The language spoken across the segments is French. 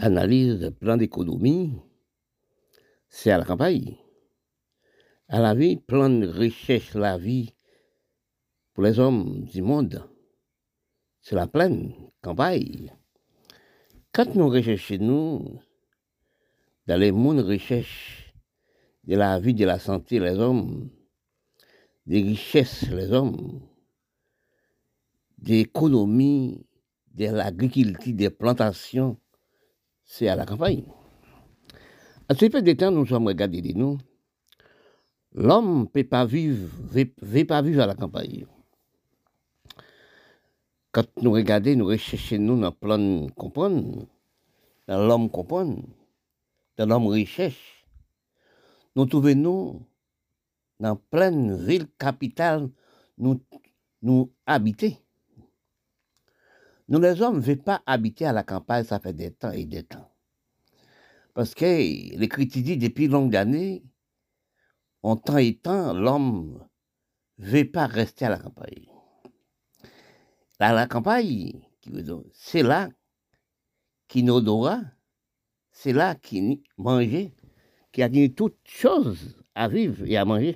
analyse, plan d'économie, c'est à la campagne. À la vie, plan de recherche la vie pour les hommes du monde, c'est la pleine campagne. Quand nous recherchons, dans les mondes recherche de la vie, de la santé, les hommes, des richesses, les hommes, d'économie, de l'agriculture, des plantations, c'est à la campagne. À ce peu de temps, nous sommes regardés de nous. L'homme ne peut pas vivre, veut pas vivre à la campagne. Quand nous regardons, nous recherchons nous dans le plan de comprendre, dans l'homme comprendre, dans l'homme recherche, nous trouvons nous dans pleine ville capitale, nous habiter. Nous les hommes ne veulent pas habiter à la campagne, ça fait des temps et des temps. Parce que les critiques disent depuis longues années, en temps et temps, l'homme ne veut pas rester à la campagne. À la campagne, c'est là qu'il nous aura, c'est là qu'il mange, qu'il y a toutes choses à vivre et à manger.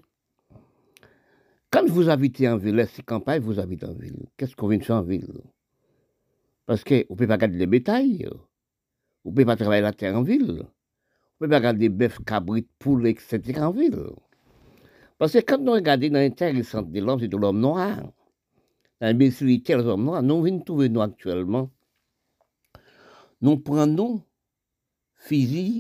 Quand vous habitez en ville, ces campagnes, vous habitez en ville. Qu'est-ce qu'on vient de faire en ville? Parce qu'on ne peut pas garder les bétails, on ne peut pas travailler la terre en ville, on ne peut pas garder bœufs, cabrites, poules, etc. en ville. Parce que quand nous regardons dans l'intéressant de l'homme, c'est de l'homme noir. Dans l'imbécilité de l'homme noir, nous venons trouver nous actuellement. Nous prenons fusil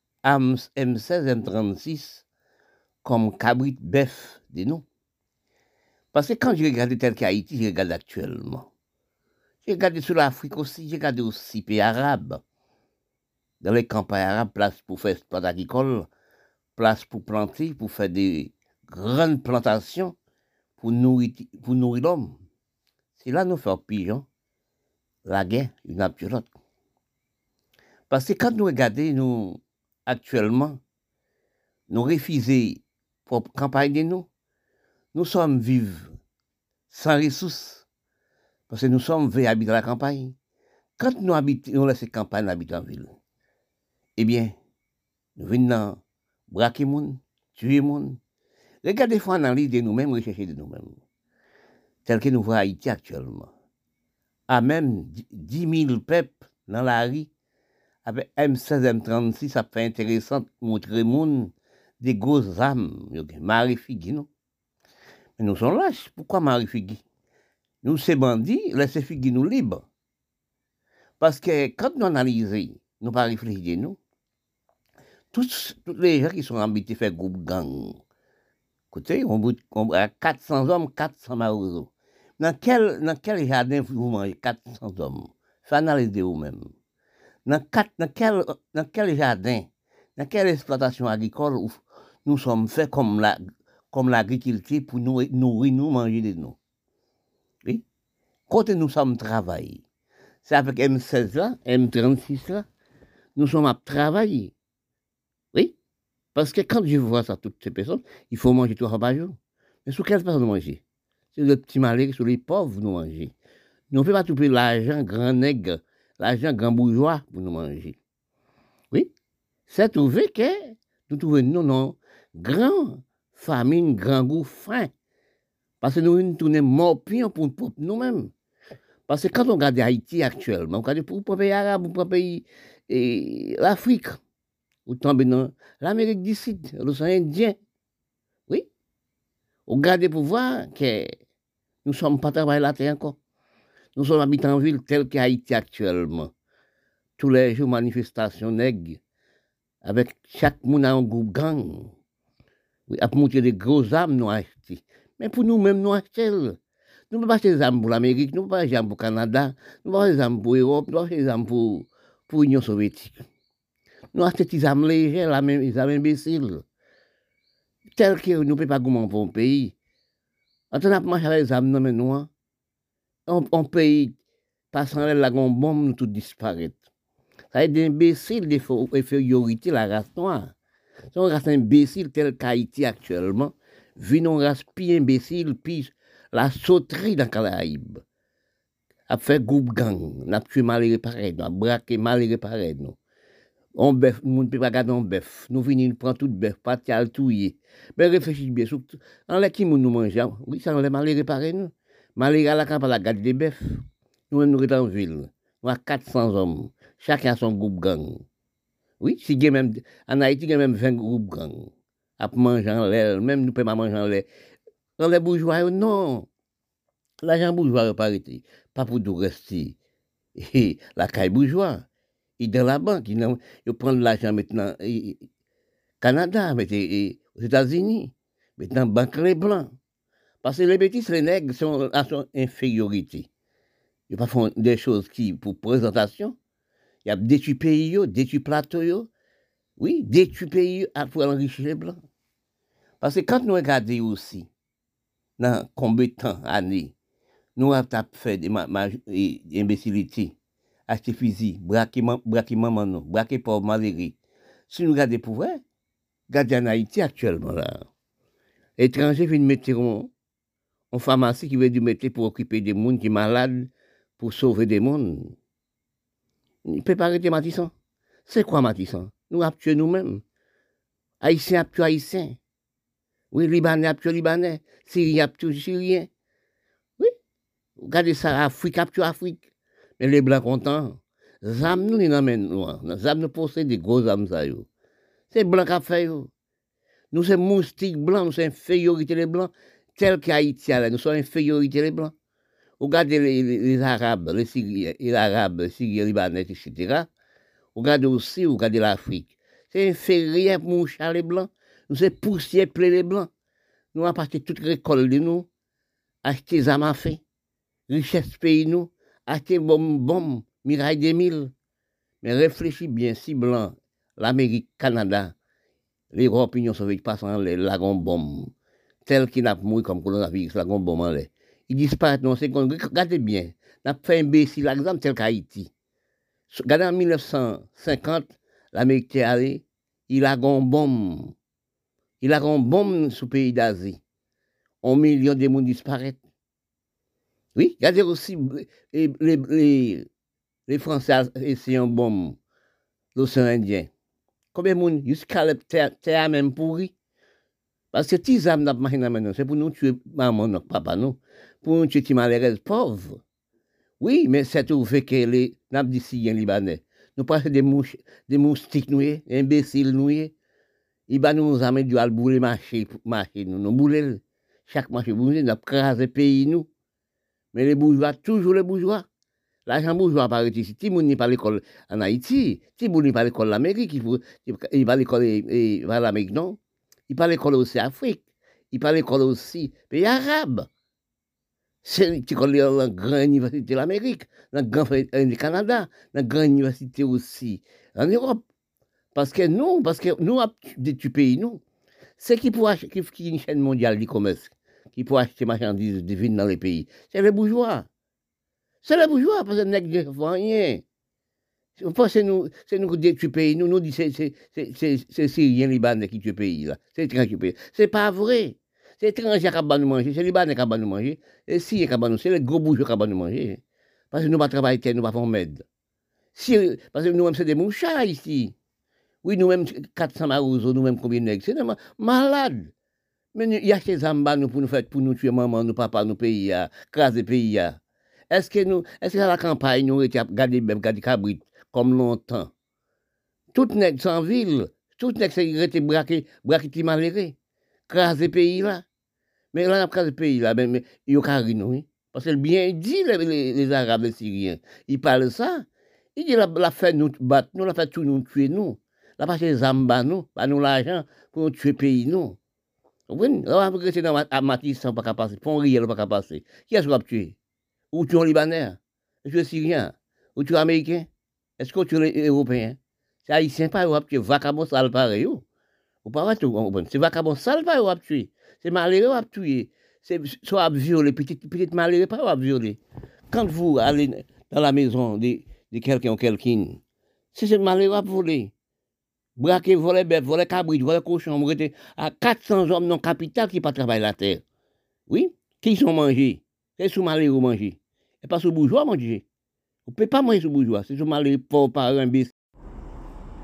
M16, M36 comme cabrit, bœuf de nous. Parce que quand je regarde tel qu'Haïti, je regarde actuellement. J'ai regardé sur l'Afrique aussi, j'ai regardé aussi pays arabes. Dans les campagnes arabes, place pour faire exploit agricole, place pour planter, pour faire des grandes plantations, pour nourrir l'homme. C'est là nous faisons pigeon, la guerre, une après l'autre. Parce que quand nous regardons, nous, actuellement, nous refusons pour campagne de nous sommes vivants sans ressources. Parce que nous sommes venus habiter la campagne. Quand nous habitons, nous laissons la campagne, nous habitons en ville. Eh bien, nous venons braquer les gens, tuer les gens. Regardez, il faut analyser de nous-mêmes, rechercher de nous-mêmes. Tel que nous voyons Haïti actuellement. À même 10 000 peuples dans la rue, avec M16, M36, ça fait intéressant de montrer aux gens des grosses âmes. Marie Figui, non? Mais nous sommes lâches. Pourquoi Marie Figui? Nous, ces bandits, laissez Figui nous libres. Parce que quand nous analysons, nous ne pas réfléchir, nous. Tous les gens qui sont habités faire groupe gang. Écoutez, on a 400 hommes, 400 marosos. Dans quel jardin vous mangez 400 hommes? Faites analyser vous-même. Dans quel jardin, dans quelle exploitation agricole nous sommes faits comme l'agriculture pour nous nourrir, nous manger de nous. Oui? Quand nous sommes travaillés, c'est avec M16 là, M36 là, nous sommes à travailler. Oui? Parce que quand je vois ça, toutes ces personnes, il faut manger 3 fois par jour. Mais sur quelle personne nous manger? C'est le petit malheur, sur les pauvres nous manger. Nous ne pouvons pas trouver l'argent grand nègre, l'argent grand bourgeois pour nous manger. Oui? C'est trouvé que nous trouvons nous non grand famine, grand goût, faim. Parce que nous tournons morpions pour nous-mêmes. Parce que quand on regarde Haïti actuellement, on regarde pour le pays arabe, pour le pays l'Afrique, ou tomber dans l'Amérique du Sud, l'océan Indien. Oui? On regarde pour voir que nous ne sommes pas travaillés la terre encore. Nous sommes habitants en ville telle qu'Haïti actuellement. Tous les jours, manifestations nègres, avec chaque monde en groupe gang. Oui, à monter des gros armes, nous acheter. Mais pour nous-mêmes, nous acheter. Nous ne pouvons pas acheter des armes pour l'Amérique, nous ne pouvons pas acheter des armes pour le Canada, nous ne pouvons pas acheter des armes pour l'Europe, nous ne pouvons pas acheter des armes pour l'Union soviétique. Nous achetons des armes légères, des armes imbéciles. Telles que nous ne pouvons pas gouverner pour un pays. Quand on a marché avec les armes, mais nous, on pays, passant la bombe, nous tout disparaît. Ça est des imbéciles, des infériorités, la race noire. C'est une race imbécile telle qu'Haïti actuellement. Vu une race plus imbécile, puis la sauterie dans les Caraïbes. A fait groupe gang, n'a tué malheureux pareil, n'a braqué malheureux pareil. On bœuf, nous ne peut pas garder un bœuf. Nous venons prendre tout bœuf, pas de tout y. Mais réfléchissez bien, surtout, en les qui nous mangeons, oui, ça on les mal réparer nous. Mal à la capa la garde des bœufs. Nous-mêmes nous sommes en ville. Nous avons 400 hommes. Chacun a son groupe gang. Oui, si il y a même, en Haïti, il y a même 20 groupes gang. À manger en l'air, même nous ne pouvons pas manger en l'air. Dans les bourgeois, non. L'argent bourgeois n'est pas arrêté. Pas pour tout rester. Et la caille bourgeois. Il est dans la banque. Il prend de l'argent maintenant. Canada, aux États-Unis. Maintenant, banque les blancs. Parce que les bêtises, les nègres sont à son infériorité. Ils ne font pas des choses qui, pour présentation, il y a détruit pays, détruit plateau, oui, détruit pays pour enrichir les blancs. Parce que quand nous regardons aussi, dans combien de temps, années, nous avons fait des imbécilités, acheter fusil, braquer maman, nous, braquer pauvre malheureux. Si nous regardons pour vrai, regardez en Haïti actuellement, là. Étrangers viennent mettre en pharmacie qui veut du mettre pour occuper des gens qui sont malades, pour sauver des gens. Il ne peut pas arrêter Matissan. C'est quoi Matissan? Nous avons tué nous-mêmes. Haïtiens avons tué Haïtiens. Oui, Libanais avons tué Libanais. Syriens avons tué Syriens. Oui. Regardez ça, Afrique a tué Afrique. Mais les Blancs contents. Zam nous, ils n'amènent nous. Zam nous possèdent des gros âmes. C'est Blanc qui a fait. Nous sommes moustiques blancs, nous sommes infériorité les Blancs. Tel qu'Haïti, nous sommes infériorité les Blancs. Regardez les Arabes, les Syriens, les Syriens, les Libanais, etc. Regardez aussi, regardez l'Afrique. C'est inférieur pour mouchard les Blancs. Nous sommes poussière plein les Blancs. Nous avons passé toute récolte de nous, acheter des armes à feu, richesse pays nous, acheter bombe, miraille des mille. Mais réfléchis bien, si Blanc, l'Amérique, Canada, l'Europe, l'Union soviétique passent en la bombe, tel qu'il n'a pas mouru comme coronavirus, la bombe en l'air. Ils disparaissent, non, c'est regardez bien, on a fait un imbécile, l'exemple tel qu'Haïti. Regardez en 1950, l'Amérique est allée, il a une bombe. Il a une bombe sur le pays d'Asie. 1 million de gens disparaissent. Oui, regardez aussi les Français essayent une bombe, l'océan Indien. Combien de gens jusqu'à la terre même pourri? Parce que si les âmes n'a pas maintenant, c'est pour nous tuer maman, notre papa, nous. Pour nous tuer les malheureuses pauvres. Oui, mais c'est tout fait que les Syriens libanais. Nous passons des moustiques, nous, imbéciles, nous. Ils nous amènent du albouler marché, nous bouler. Chaque marché, nous avons crasé le pays, nous. Mais les bourgeois, toujours les bourgeois. L'argent bourgeois apparaît ici. Si vous n'avez pas l'école en Haïti, si vous n'avez pas l'école en Amérique, il va l'école en Amérique, non. Il parle l'école aussi en Afrique. Il parle l'école aussi pays arabe. C'est qui connaît la grande université de l'Amérique, la grande du Canada, la grande université aussi en Europe. Parce que nous avons des pays, nous. C'est qui est une chaîne mondiale du commerce, qui pour acheter marchandises divines dans les pays. C'est les bourgeois. C'est les bourgeois, parce que nous ne rien. C'est nous qui tuons le pays. Nous disons que c'est Syriens, Libanais qui tuent le pays. C'est étranger qui tuent le pays. Ce n'est pas vrai. C'est étranger qui va nous manger. C'est Libanais qui va nous manger. Et Syriens qui va nous manger. C'est les gros bourgeois qui vont nous manger. Parce que nous ne travaillons pas, nous ne faisons pas d'aide. Parce que nous-mêmes, c'est des mouchards ici. Oui, nous-mêmes, 400 marouzos, nous-mêmes, combien de nègres. C'est malade. Mais il y a ces zambas pour nous tuer maman, nous, papa, nous pays, craser pays. Est-ce que à la campagne, nous avons gardé bébé, gardé cabrit, comme longtemps? Tout nègre sans ville, tout nègre c'est été braqué malheureux, craser pays là. Mais là, on a crasé pays là, mais il y a carré nous, oui. Parce que bien dit les Arabes, les Syriens, ils parlent ça. Ils disent la fait nous battre, nous la fait tout nous tuer nous. La passe les zambas nous, pas nous l'argent pour nous tuer pays nous. Oui, on va rester dans Matisse, on ne peut pas passer. Pont Riel, on ne peut pas passer. Qui est-ce qu'on va tuer? Ou tu es Libanais? Ou tu es Syrien? Ou tu es Américain? Est-ce que tu es Européen? C'est Haïtien, pas Europe, tu es vacabon sale pareil. Ou pas tout, c'est vacabon sale pas Europe tuer. C'est malheureux à tuer. C'est soit violer, petite malheureux pas à violer. Quand vous allez dans la maison de quelqu'un ou quelqu'un, c'est malheureux à voler. Braquer, voler bête, voler cabrit, voler cochon, vous à 400 hommes non capital qui ne travaillent la terre. Oui? Qui sont mangés? C'est sous malheureux manger. Et pas sous bourgeois manger. Vous ne pouvez pas manger sous bourgeois. C'est sous malheureux pauvre par un bis.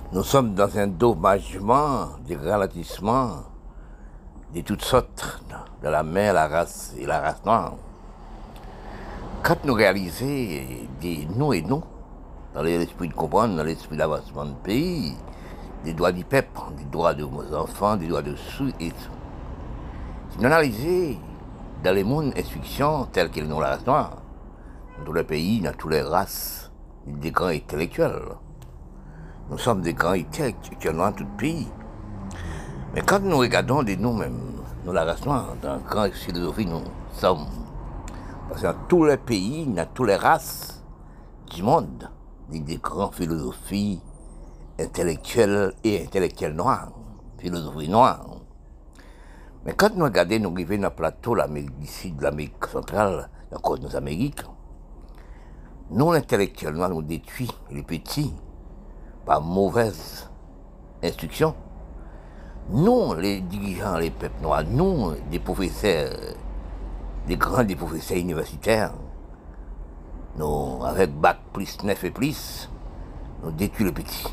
Nous sommes dans un dommagement, des ralentissements de toutes sortes, de la mer, la race et la race noire. Quand nous réalisons des nous et nous, dans l'esprit de comprendre, dans l'esprit d'avancement du pays, des droits du peuple, des droits de nos enfants, des droits de sous et tout. Si nous analysons dans les mondes instructions telles qu'elles nous la race noire, dans tous les pays, dans toutes les races, des grands intellectuels. Nous sommes des grands intellectuels dans tout le pays. Mais quand nous regardons de nous-mêmes, nous la race noire, dans la grande philosophie, nous sommes. Parce que dans tous les pays, dans toutes les races du monde, il y a des grandes philosophies intellectuelles et intellectuelles noires, philosophie noire. Mais quand nous regardons, nous arrivons dans le plateau d'ici de l'Amérique centrale, dans cause de nos Amériques, nous, l'intellectuel noir, nous détruit les petits par mauvaise instruction. Nous, les dirigeants, les peuples noirs, nous, des professeurs, des professeurs universitaires, nous, avec bac plus 9 et plus, nous détruisons les petits.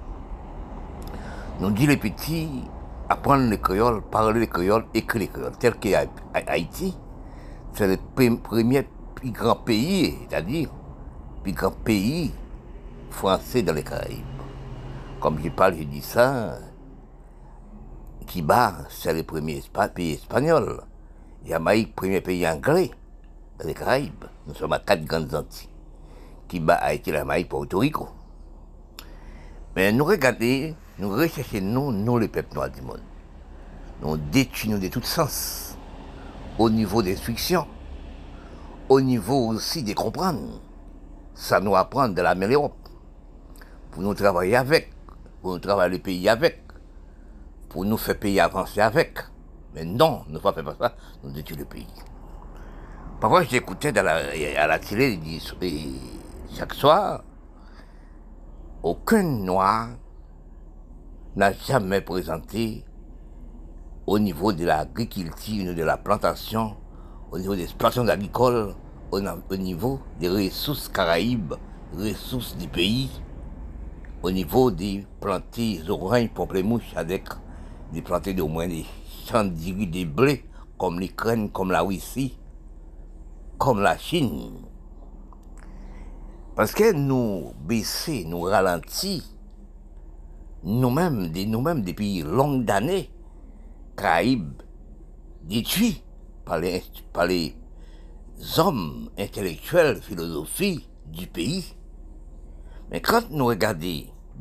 Nous disons les petits apprendre le créole, parler le créole, écrire le créole. Tel qu'à Haïti, c'est le premier plus grand pays, c'est-à-dire le plus grand pays français dans les Caraïbes. Comme je dis ça, Cuba, c'est le premier pays espagnol. Jamaïque, premier pays anglais dans les Caraïbes. Nous sommes à 4 grandes Antilles. Cuba, Haïti, la Jamaïque, Porto Rico. Mais nous regardons, nous recherchons nous les peuples noirs du monde. Nous détruisons de tous sens, au niveau des instructions, au niveau aussi de comprendre. Ça nous apprend de l'améliorer. Pour nous travailler avec, pour nous travailler le pays avec, pour nous faire pays avancer avec. Mais non, ne pas faire ça, nous détruisons le pays. Parfois, j'écoutais à la télé chaque soir, aucun noir n'a jamais présenté au niveau de l'agriculture, de la plantation, au niveau des exploitations agricoles, au niveau des ressources caraïbes, ressources du pays, au niveau des plantés oranges, pamplemousses, avec des plantés d'au moins des champs de riz, des blés, comme l'Ukraine, comme la Russie, comme la Chine. Parce que nous baissons, nous ralentissons, nous-mêmes, depuis longues années, Caraïbes, détruits par les hommes intellectuels, philosophie du pays. Mais quand nous regardons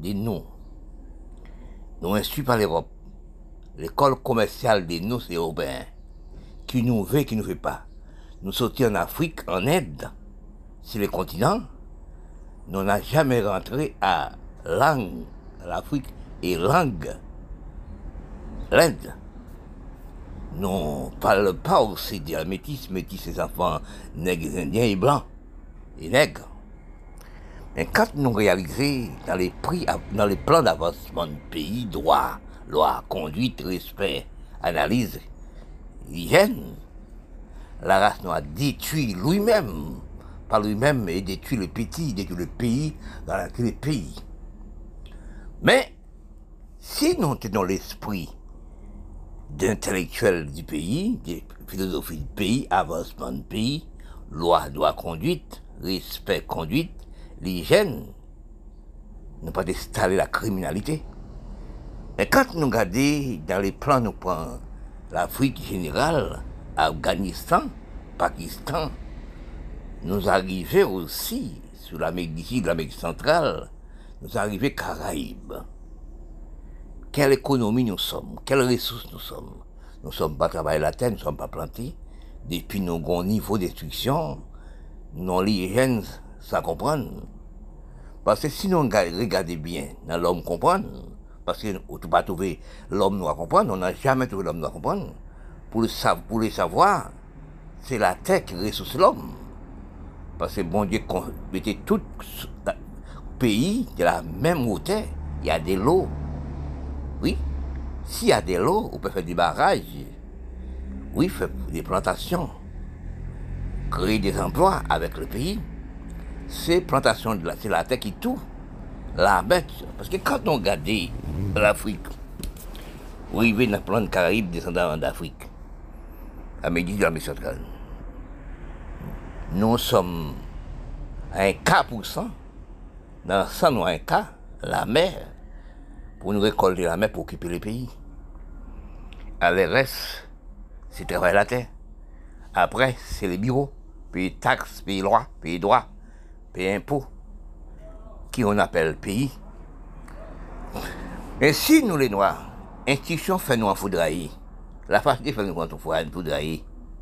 nous instruits par l'Europe, l'école commerciale de nous, c'est Européens, qui nous veut, qui ne veut pas. Nous sortis en Afrique, en Inde, sur le continent, nous n'avons jamais rentré à langue, l'Afrique et langue, l'Inde. Nous ne parlons pas aussi de la métis, ces enfants nègres, indiens et blancs, et nègres. Mais quand nous réalisons dans les plans d'avancement du pays, droit, loi, conduite, respect, analyse, hygiène, la race noire détruit lui-même, par lui-même, et détruit le petit, détruit le pays, dans tous les pays. Mais, si nous tenons l'esprit d'intellectuels du pays, de philosophie du pays, avancement du pays, loi, droit, conduite, respect, conduite, l'hygiène, ne pas installer la criminalité. Mais quand nous regardons dans les plans, nous prenons l'Afrique générale, Afghanistan, Pakistan, nous arrivons aussi sur l'Amérique d'ici, l'Amérique centrale, nous arrivons Caraïbes. Quelle économie nous sommes, quelles ressources nous sommes. Nous ne sommes pas travaillés la terre, nous ne sommes pas plantés. Depuis nos grands niveaux d'instruction, nous l'hygiène sans comprendre. Parce que si nous regardons bien dans l'homme comprendre, parce que nous ne pas trouver l'homme noir comprendre, on n'a jamais trouvé l'homme noir comprendre. Pour le savoir, c'est la terre qui ressource l'homme. Parce que bon Dieu mettait tout pays de la même hauteur, il y a de l'eau. Oui, s'il y a de l'eau, on peut faire des barrages. Oui, faire des plantations. Créer des emplois avec le pays. Ces plantations, c'est la terre qui tout. la bête. Parce que quand on regarde l'Afrique, on arrive dans le plan de Caraïbes, descendant d'Afrique, Amérique de l'Amérique centrale, nous sommes à un cas pour cent, dans 101 cas, la mer, pour nous récolter la mer pour occuper les pays. À le reste, c'est travailler la terre. Après, c'est les bureaux, payer taxes, payer lois, payer droits, payer impôts, qui on appelle pays. Et si nous les Noirs, institution fait nous en foudrailler, la facilité fait nous en foudrailler,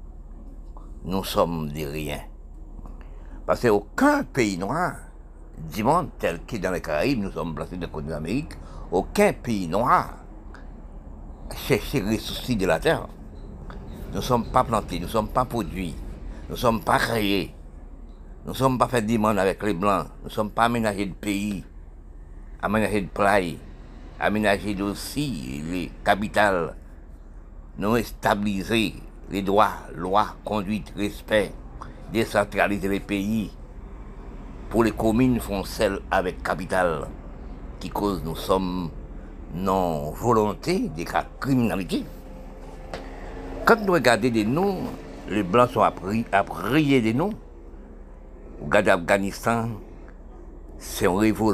nous sommes des riens. Parce qu'aucun pays noir du monde, tel que dans les Caraïbes, nous sommes placés de côté d'Amérique, aucun pays noir cherche les ressources de la terre. Nous ne sommes pas plantés, nous ne sommes pas produits, nous ne sommes pas créés, nous ne sommes pas fait des demandes avec les Blancs, nous ne sommes pas aménagés de pays, aménagés de plaies, aménagés aussi les capitales, nous stabiliser les droits, lois, conduite, respect, décentraliser les pays. Pour les communes font celles avec capital, qui cause nous sommes non volonté des cas de criminalité. Quand nous regardons des noms, les Blancs sont à prier des noms. Vous regardez l'Afghanistan, c'est un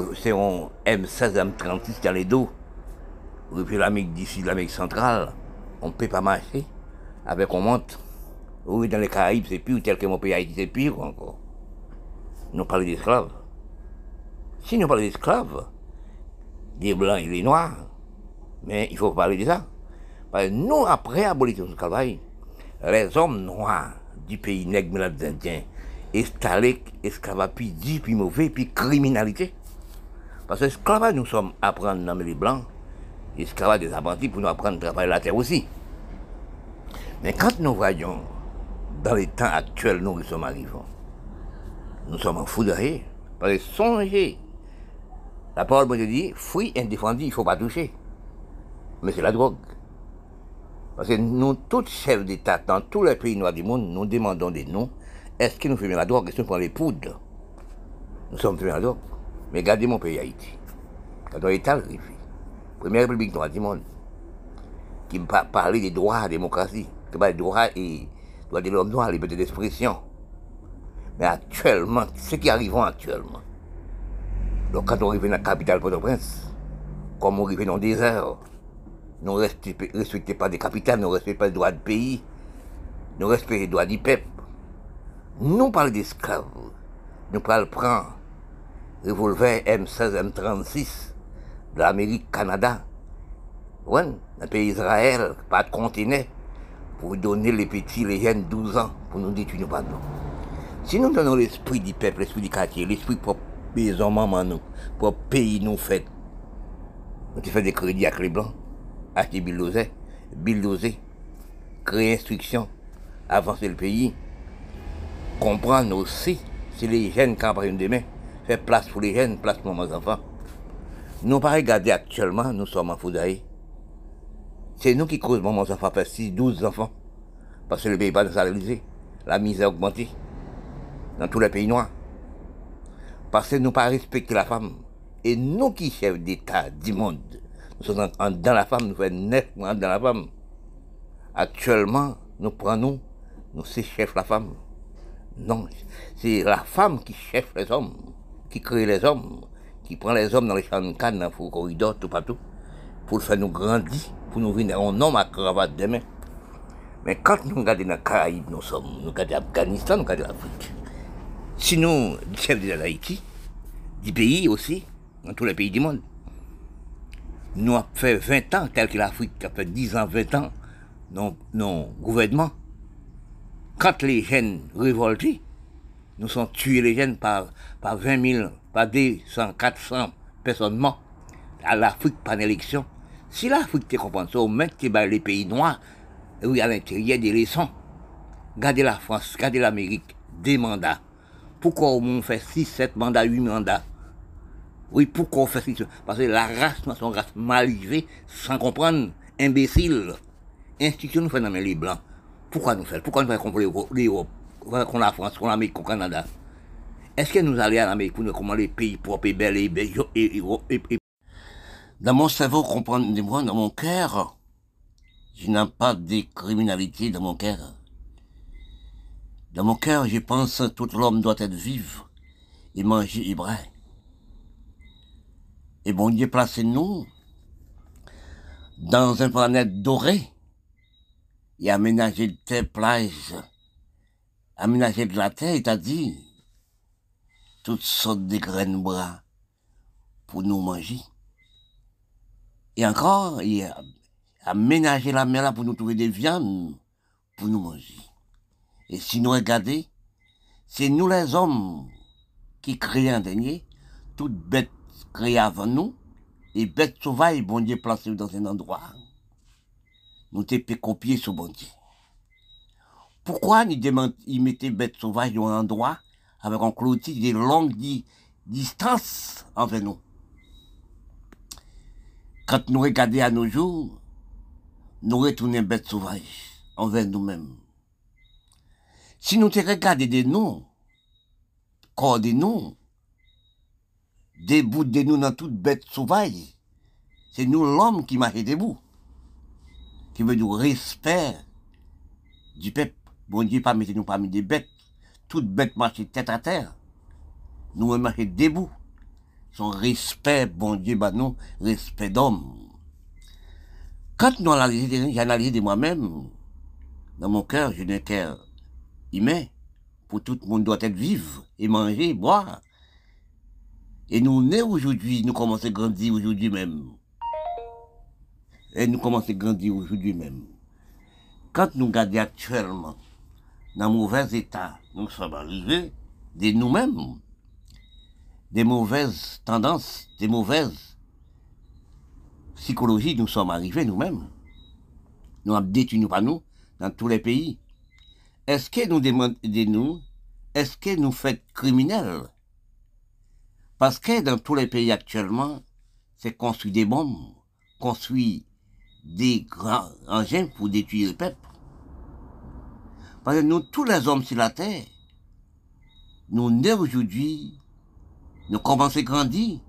M16, M36 dans les dos. Vous regardez l'Amérique d'ici, l'Amérique centrale, on ne peut pas marcher avec on monte. Oui, dans les Caraïbes, c'est pire, tel que mon pays Haïti, c'est pire encore. Nous parlons d'esclaves. Si nous parlons d'esclaves, des Blancs et des Noirs, mais il faut parler de ça. Parce que nous, après l'abolition du travail, les hommes noirs du pays nègre, malades indiens, installés, esclavage, puis dit, puis mauvais, puis criminalité. Parce que l'esclavage, nous sommes apprendre à nommer les Blancs, l'esclavage des apprentis pour nous apprendre à travailler la terre aussi. Mais quand nous voyons, dans les temps actuels, nous sommes arrivés, nous sommes en foudrés, parce que songez, la parole de Dieu dit, fruit indéfendu, il ne faut pas toucher. Mais c'est la drogue. Parce que nous, tous chefs d'État, dans tous les pays noirs du monde, nous demandons des noms. Est-ce que nous faisons la drogue? Est-ce que nous prenons les poudres? Nous sommes faisant la drogue. Mais regardez mon pays Haïti. Quand on est arrivé, première république noire du monde, qui parlait des droits, de la démocratie, qui parlait des droits et droits de l'homme noir, les libertés d'expression. Mais actuellement, ce qui arrive actuellement, donc quand on arrive dans la capitale Port-au-Prince, comme on arrive dans le désert, nous ne respectons pas des capitales, nous ne respectons pas les droits du pays, nous respectons les droits du peuple. Nous parlons d'esclaves, nous parlons prendre revolver M16, M36 de l'Amérique, Canada, ouais, dans le pays Israël, pas de continent, pour donner les petits, les jeunes 12 ans, pour nous détruire nos pas. Si nous donnons l'esprit du peuple, l'esprit du quartier, l'esprit pour maison, maman, nous, pour pays, nous fait, nous fait des crédits avec les Blancs, acheter bulldozer, créer instruction, avancer le pays, comprendre aussi, si les jeunes campagnent demain, faire place pour les jeunes, place pour nos enfants. Nous pas regarder actuellement, nous sommes en foudre. C'est nous qui causons mon enfant faire 6, 12 enfants. Parce que le pays n'est pas salarisé. La misère a augmenté. Dans tous les pays noirs. Parce que nous pas respecter la femme. Et nous qui chefs d'État du monde, nous sommes dans la femme, nous faisons 9 mois dans la femme. Actuellement, nous prenons, nous c'est chef la femme. Non, c'est la femme qui chef les hommes, qui crée les hommes, qui prend les hommes dans les champs de canne, dans les corridors, tout partout, pour faire nous grandir, pour nous venir un homme à cravate demain. Mais quand nous regardons dans les Caraïbes, nous regardons l'Afghanistan, nous regardons l'Afrique. Sinon, chef de l'Haïti, du pays aussi, dans tous les pays du monde. Nous avons fait 20 ans, tel que l'Afrique a fait 10 ans, 20 ans, non gouvernement. Quand les jeunes révoltés, nous sommes tués les jeunes par 20 000, par 200, 400 personnes mortes. À l'Afrique, par l'élection. Si l'Afrique te comprend ça, même que les pays noirs, oui, à l'intérieur des leçons. Regardez la France, regardez l'Amérique, des mandats. Pourquoi on fait 6, 7 mandats, 8 mandats? Oui, pourquoi on fait 6? Parce que la race, c'est une race mal élevée, sans comprendre, imbécile. Institution nous fait nommer les Blancs. Pourquoi nous faisons? Pourquoi nous faisons contre l'Europe, contre la France, contre l'Amérique, contre le Canada? Est-ce que nous allons en Amérique pour nous comment les pays propres et belles dans mon cerveau, comprenez-moi, dans mon cœur, je n'ai pas de criminalité dans mon cœur. Dans mon cœur, je pense que tout l'homme doit être vivre et manger et boire. Et bon Dieu placez nous dans une planète dorée et aménager de terre plage, aménager de la terre, c'est-à-dire toutes sortes de graines bras pour nous manger. Et encore, il a aménagé la mer là pour nous trouver des viandes pour nous manger. Et si nous regardons, c'est nous les hommes qui créons un dernier, toutes bêtes créées avant nous, et bêtes sauvages, bon Dieu, placées dans un endroit. Nous t'es copiés sur bon Dieu. Pourquoi ils mettaient bêtes sauvages dans un endroit avec un clôture de longues distances envers nous? Quand nous regardons à nos jours, nous retournons bêtes sauvages envers nous-mêmes. Si nous te regardons de nous, corps de nous, des bouts de nous dans toute bête sauvage, c'est nous l'homme qui marche debout, qui veut du respect du peuple. Bon Dieu, pas mettre nous parmi des bêtes, toute bête marche tête à terre, nous marchons debout. Son respect, bon Dieu, bah nous, respect d'homme. Quand nous j'analyse de moi-même, dans mon cœur, je n'ai un cœur humain, pour tout le monde doit être vivre et manger, boire. Et nous nés aujourd'hui, nous commençons à grandir aujourd'hui même. Et nous commençons à grandir aujourd'hui même. Quand nous regardons actuellement, dans mauvais état, nous sommes arrivés de nous-mêmes, des mauvaises tendances, des mauvaises psychologies, nous sommes arrivés nous-mêmes. Nous avons détruit nous pas nous, dans tous les pays. Est-ce que nous demandons de nous, est-ce que nous faites criminels? Parce que dans tous les pays actuellement, c'est construit des bombes, construit des grands engins pour détruire le peuple. Parce que nous, tous les hommes sur la terre, nous nés aujourd'hui, nous commençons à grandir,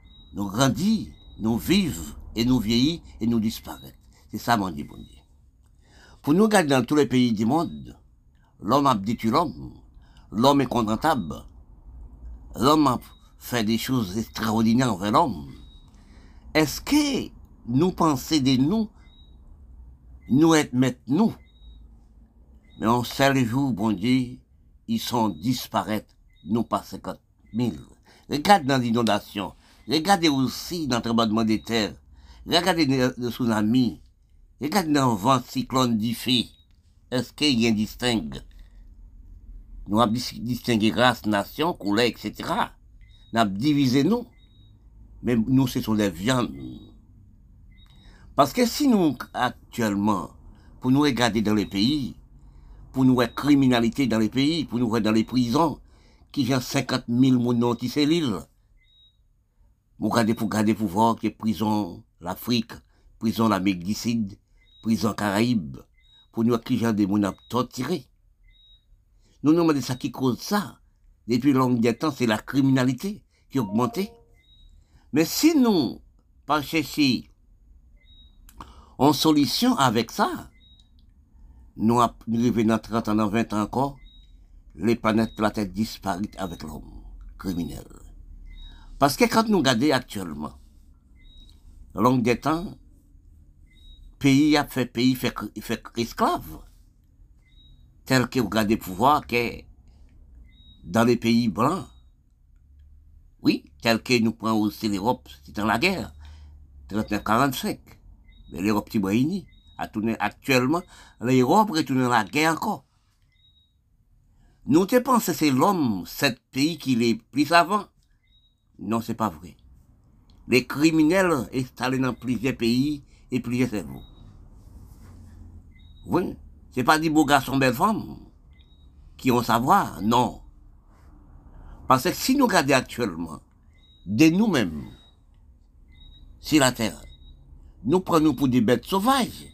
nous vivons et nous vieillis et nous disparaître. C'est ça, mon Dieu, bon Dieu. Pour nous regarder dans tous les pays du monde, l'homme a détruit l'homme, l'homme est contentable, l'homme a fait des choses extraordinaires envers l'homme. Est-ce que nous pensons de nous être maîtres nous? Mais en seul jour, bon Dieu, ils sont disparaître, nous pas 50 000. Regardez dans l'inondation, regardez aussi dans le tremblement des terres, regardez le tsunami, regardez dans le vent cyclone d'Ifé. Est-ce qu'il y a un distingue? Nous avons distingué race, nation, couleur, etc. Nous avons divisé nous. Mais nous, ce sont des viandes. Parce que si nous, actuellement, pour nous regarder dans les pays, pour nous voir criminalité dans les pays, pour nous voir dans les prisons, qui ont 50 000 monos qui c'est l'île, pour garder pouvoir que prison l'Afrique, prison l'Amérique du Sud, prison Caraïbes, pour nous voir qui ont des monos torturés. Nous nous demandons ça qui cause ça. Depuis longtemps temps, c'est la criminalité qui a augmenté. Mais si nous, pas chercher en solution avec ça, nous arrivons dans 30 ans, dans 20 ans encore, les planètes de la Terre disparaissent avec l'homme criminel. Parce que quand nous regardons actuellement, long des temps, pays fait esclave. Tel que vous regardez pouvoir que dans les pays blancs, oui, tel que nous prenons aussi l'Europe, c'est dans la guerre, 39-45. Mais l'Europe s'est réunie. Actuellement, l'Europe retourne dans la guerre encore. Nous te pensons que c'est l'homme, cet pays qui est plus avant. Non, c'est pas vrai. Les criminels installés dans plusieurs pays et plusieurs cerveaux. Oui, c'est pas des beaux garçons, belles femmes qui ont savoir, non. Parce que si nous regardons actuellement, de nous-mêmes, sur la terre, nous prenons pour des bêtes sauvages.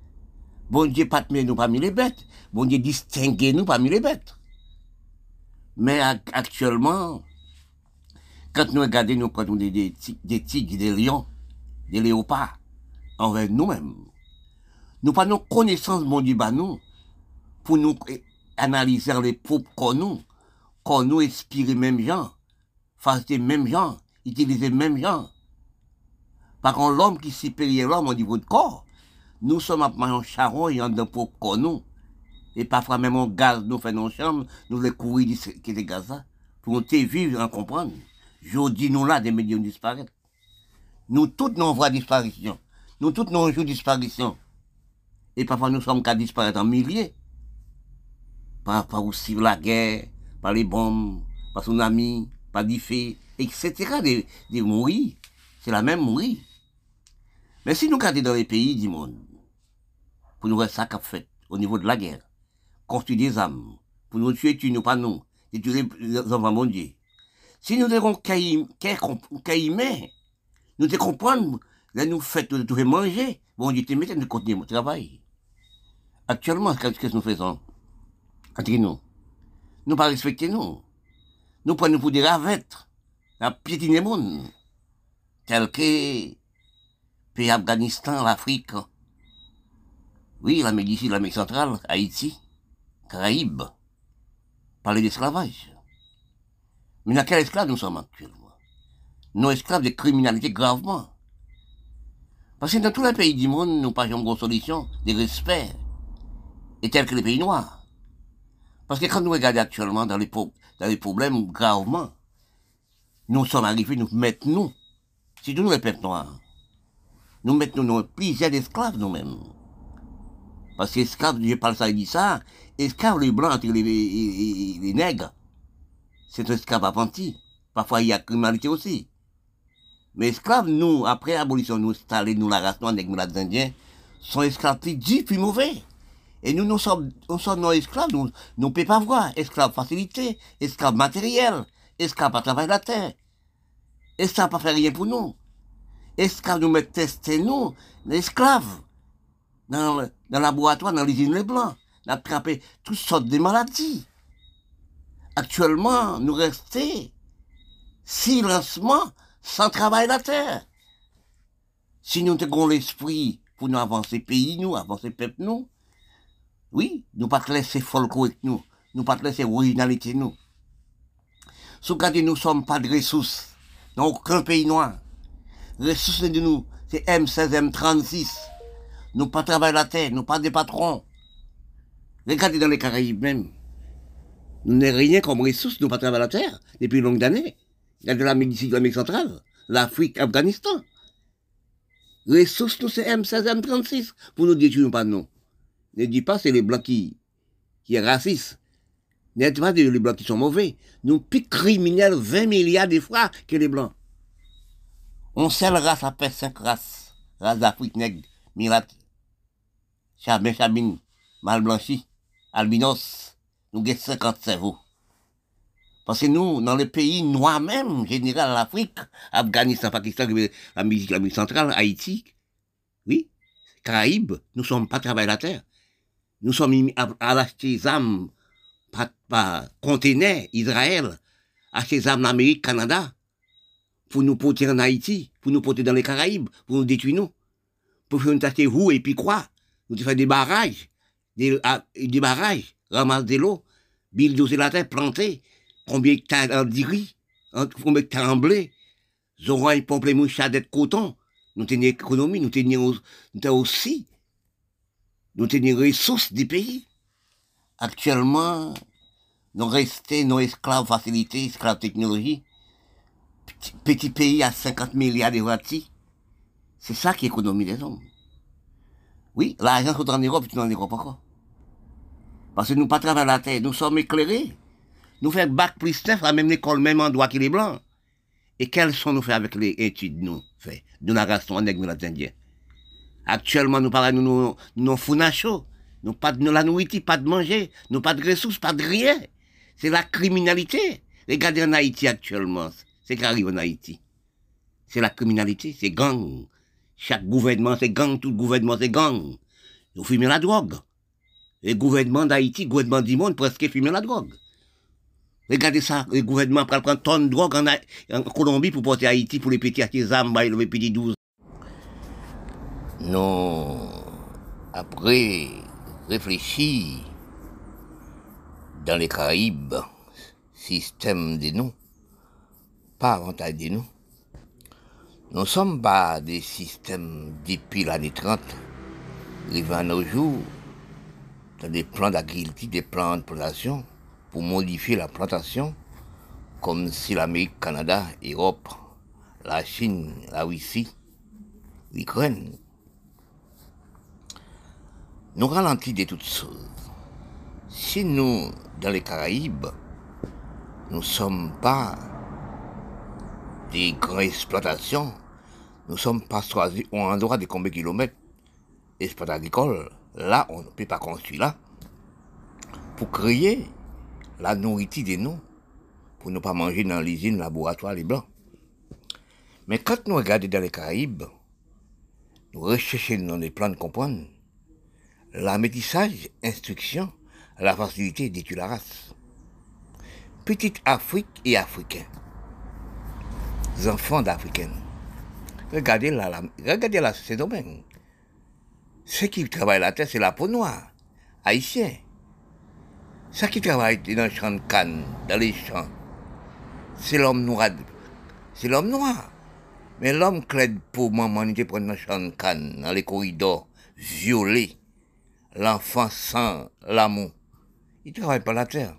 Bon Dieu, pas de nous parmi les bêtes. Bon Dieu, distinguez nous parmi les bêtes. Mais actuellement, quand nous regardons, nous prenons des tigres, des lions, des léopards, envers nous-mêmes. Nous pas nos connaissances, mon Dieu, nous, pour nous analyser les propres qu'on nous inspire même gens, faire les mêmes gens, utiliser les mêmes gens. Par contre, l'homme qui est supérieur l'homme au niveau de corps, nous sommes en charron et en propre corps nous. Et parfois même on gaz, nous faisons nos chambres, nous les courir qui les gaz pour nous vivre en comprendre. Je dis nous là, des millions disparaissent. Nous tous nous voyons disparition. Nous tous nous jouons disparition. Et parfois nous sommes qu'à disparaître en milliers. Par aussi la guerre, par les bombes, par tsunami, par des faits, etc. Des mourir. C'est la même mourir. Mais si nous regardons dans les pays du monde, pour nous voir ça qu'a fait au niveau de la guerre, construire des armes, pour nous tuer, nous pas nous, et tuer les enfants mondiaux. Si nous devons qu'il nous devons comprendre, là nous faisons, nous devons manger, bon Dieu te mette, nous continuons notre travail. Actuellement, qu'est-ce que nous faisons? Entre nous. Nous pas respecter nous. Nous prenons pour des ravettes, à piétiner le monde, tel que pays Afghanistan, l'Afrique, oui, l'Amérique ici, l'Amérique centrale, Haïti, Caraïbes, parler d'esclavage. Mais dans quel esclave nous sommes actuellement? Nous esclaves de criminalité gravement. Parce que dans tous les pays du monde, nous n'avons pas une grosse solution de respect, et tel que les pays noirs. Parce que quand nous regardons actuellement dans les problèmes gravement, nous sommes arrivés, nous mettons nous, si nous les peuples noirs, nous mettons nous plusieurs d'esclaves nous-mêmes. Parce que esclaves, je parle ça et dis ça, esclaves les blancs entre les nègres, c'est un esclave apprenti. Parfois il y a criminalité aussi. Mais esclaves, nous, après l'abolition, nous installés, nous la race noire, nous les Indiens, sont esclaves plus durs, plus mauvais. Et nous sommes nos esclaves, nous ne pouvons pas voir. Esclaves facilité, esclaves matériels, esclaves à travailler la terre. Esclaves pas faire rien pour nous. Esclaves nous mettent tester nous, esclaves. Dans le laboratoire, dans l'usine Les Blancs, d'attraper toutes sortes de maladies. Actuellement, nous restons silencement sans travail la terre. Si nous avons l'esprit pour nous avancer pays, nous, avancer peuple, nous, oui, nous ne pas laisser folklore avec nous, nous pas laisser originalité nous. Sous cas nous ne sommes pas de ressources dans aucun pays noir. Ressources de nous, c'est M16, M36. Nous pas travailler la terre, nous pas des patrons. Regardez dans les Caraïbes même. Nous n'avons rien comme ressources, nous pas travailler la terre depuis longues années. Regardez l'Amérique centrale, l'Afrique, Afghanistan. Ressources, nous c'est M16, M36 pour nous détruire pas non. Ne dis pas c'est les blancs qui est raciste. Ne dis pas les blancs qui sont mauvais. Nous plus criminels 20 milliards de fois que les blancs. On seule race après 5 races. Race d'Afrique nègre, Mirat, Chabine, mal blanchi, albinos. Nous avons 50 cerveaux. Parce que nous, dans les pays noirs même, général l'Afrique, Afghanistan, Pakistan, l'Amérique centrale, Haïti, oui, Caraïbes, nous ne sommes pas travaillés la terre. Nous sommes à acheter des armes, par conteneurs, Israël, acheter des armes en Amérique, Canada, pour nous porter en Haïti, pour nous porter dans les Caraïbes, pour nous détruire nous. Pour faire nous acheter où et puis quoi. Nous faire des barrages, ramasser de l'eau, bulldozer la terre, planter, combien de temps de riz, combien de temps de blé, nous aurons une pompe les mouches d'être coton, nous tenons l'économie, nous tenons aussi, nous tenons les ressources du pays. Actuellement, nous restons nos esclaves facilités, esclaves technologie, petit pays à 50 milliards de bâtis, c'est ça qui est l'économie des hommes. Oui, l'argent est en Europe, c'est en Europe encore. Parce que nous ne pas travailler la terre, nous sommes éclairés. Nous faisons bac plus 9 à même l'école, même endroit que les blancs. Et quelles sont nous faits avec les études nous fait de la race noire nègre les Indiens. Actuellement, nous parlons de nos fournachos, nous pas de la nourriture, pas de manger, nous pas de ressources, pas de rien. C'est la criminalité. Regardez en Haïti actuellement, c'est ce qui arrive en Haïti. C'est la criminalité, c'est gang. Chaque gouvernement c'est gang, tout gouvernement c'est gang. Nous fumons la drogue. Le gouvernement d'Haïti, le gouvernement du monde, presque fume la drogue. Regardez ça, le gouvernement prend tonne de drogue en Colombie pour porter à Haïti, pour les petits artisans, les petits 12. Non, après réfléchir dans les Caraïbes, système de nous, pas avantage de nous. Nous ne sommes pas des systèmes depuis l'année 30, arrivant à nos jours, dans des plans d'agriculture, des plans de plantation, pour modifier la plantation, comme si l'Amérique, Canada, l'Europe, la Chine, la Russie, l'Ukraine, nous ralentissent de toutes choses. Si nous, dans les Caraïbes, nous ne sommes pas des grandes exploitations, nous ne sommes pas choisis au endroit de combien de kilomètres d'espace agricole, là, on ne peut pas construire là, pour créer la nourriture de nous, pour ne pas manger dans l'usine, laboratoire, les blancs. Mais quand nous regardons dans les Caraïbes, nous recherchons dans les plans de comprendre, la métissage, instruction, la facilité d'étudier la race. Petite Afrique et Africains, les enfants d'Africains, regardez là ces domaines. Ceux qui travaillent la terre, c'est la peau noire, haïtien. Ceux qui travaillent dans les champs de canne, dans les champs, c'est l'homme noir. C'est l'homme noir. Mais l'homme clair pour maman, il prend dans les champs de canne, dans les corridors, violés, l'enfant sans l'amour. Il ne travaille pas la terre.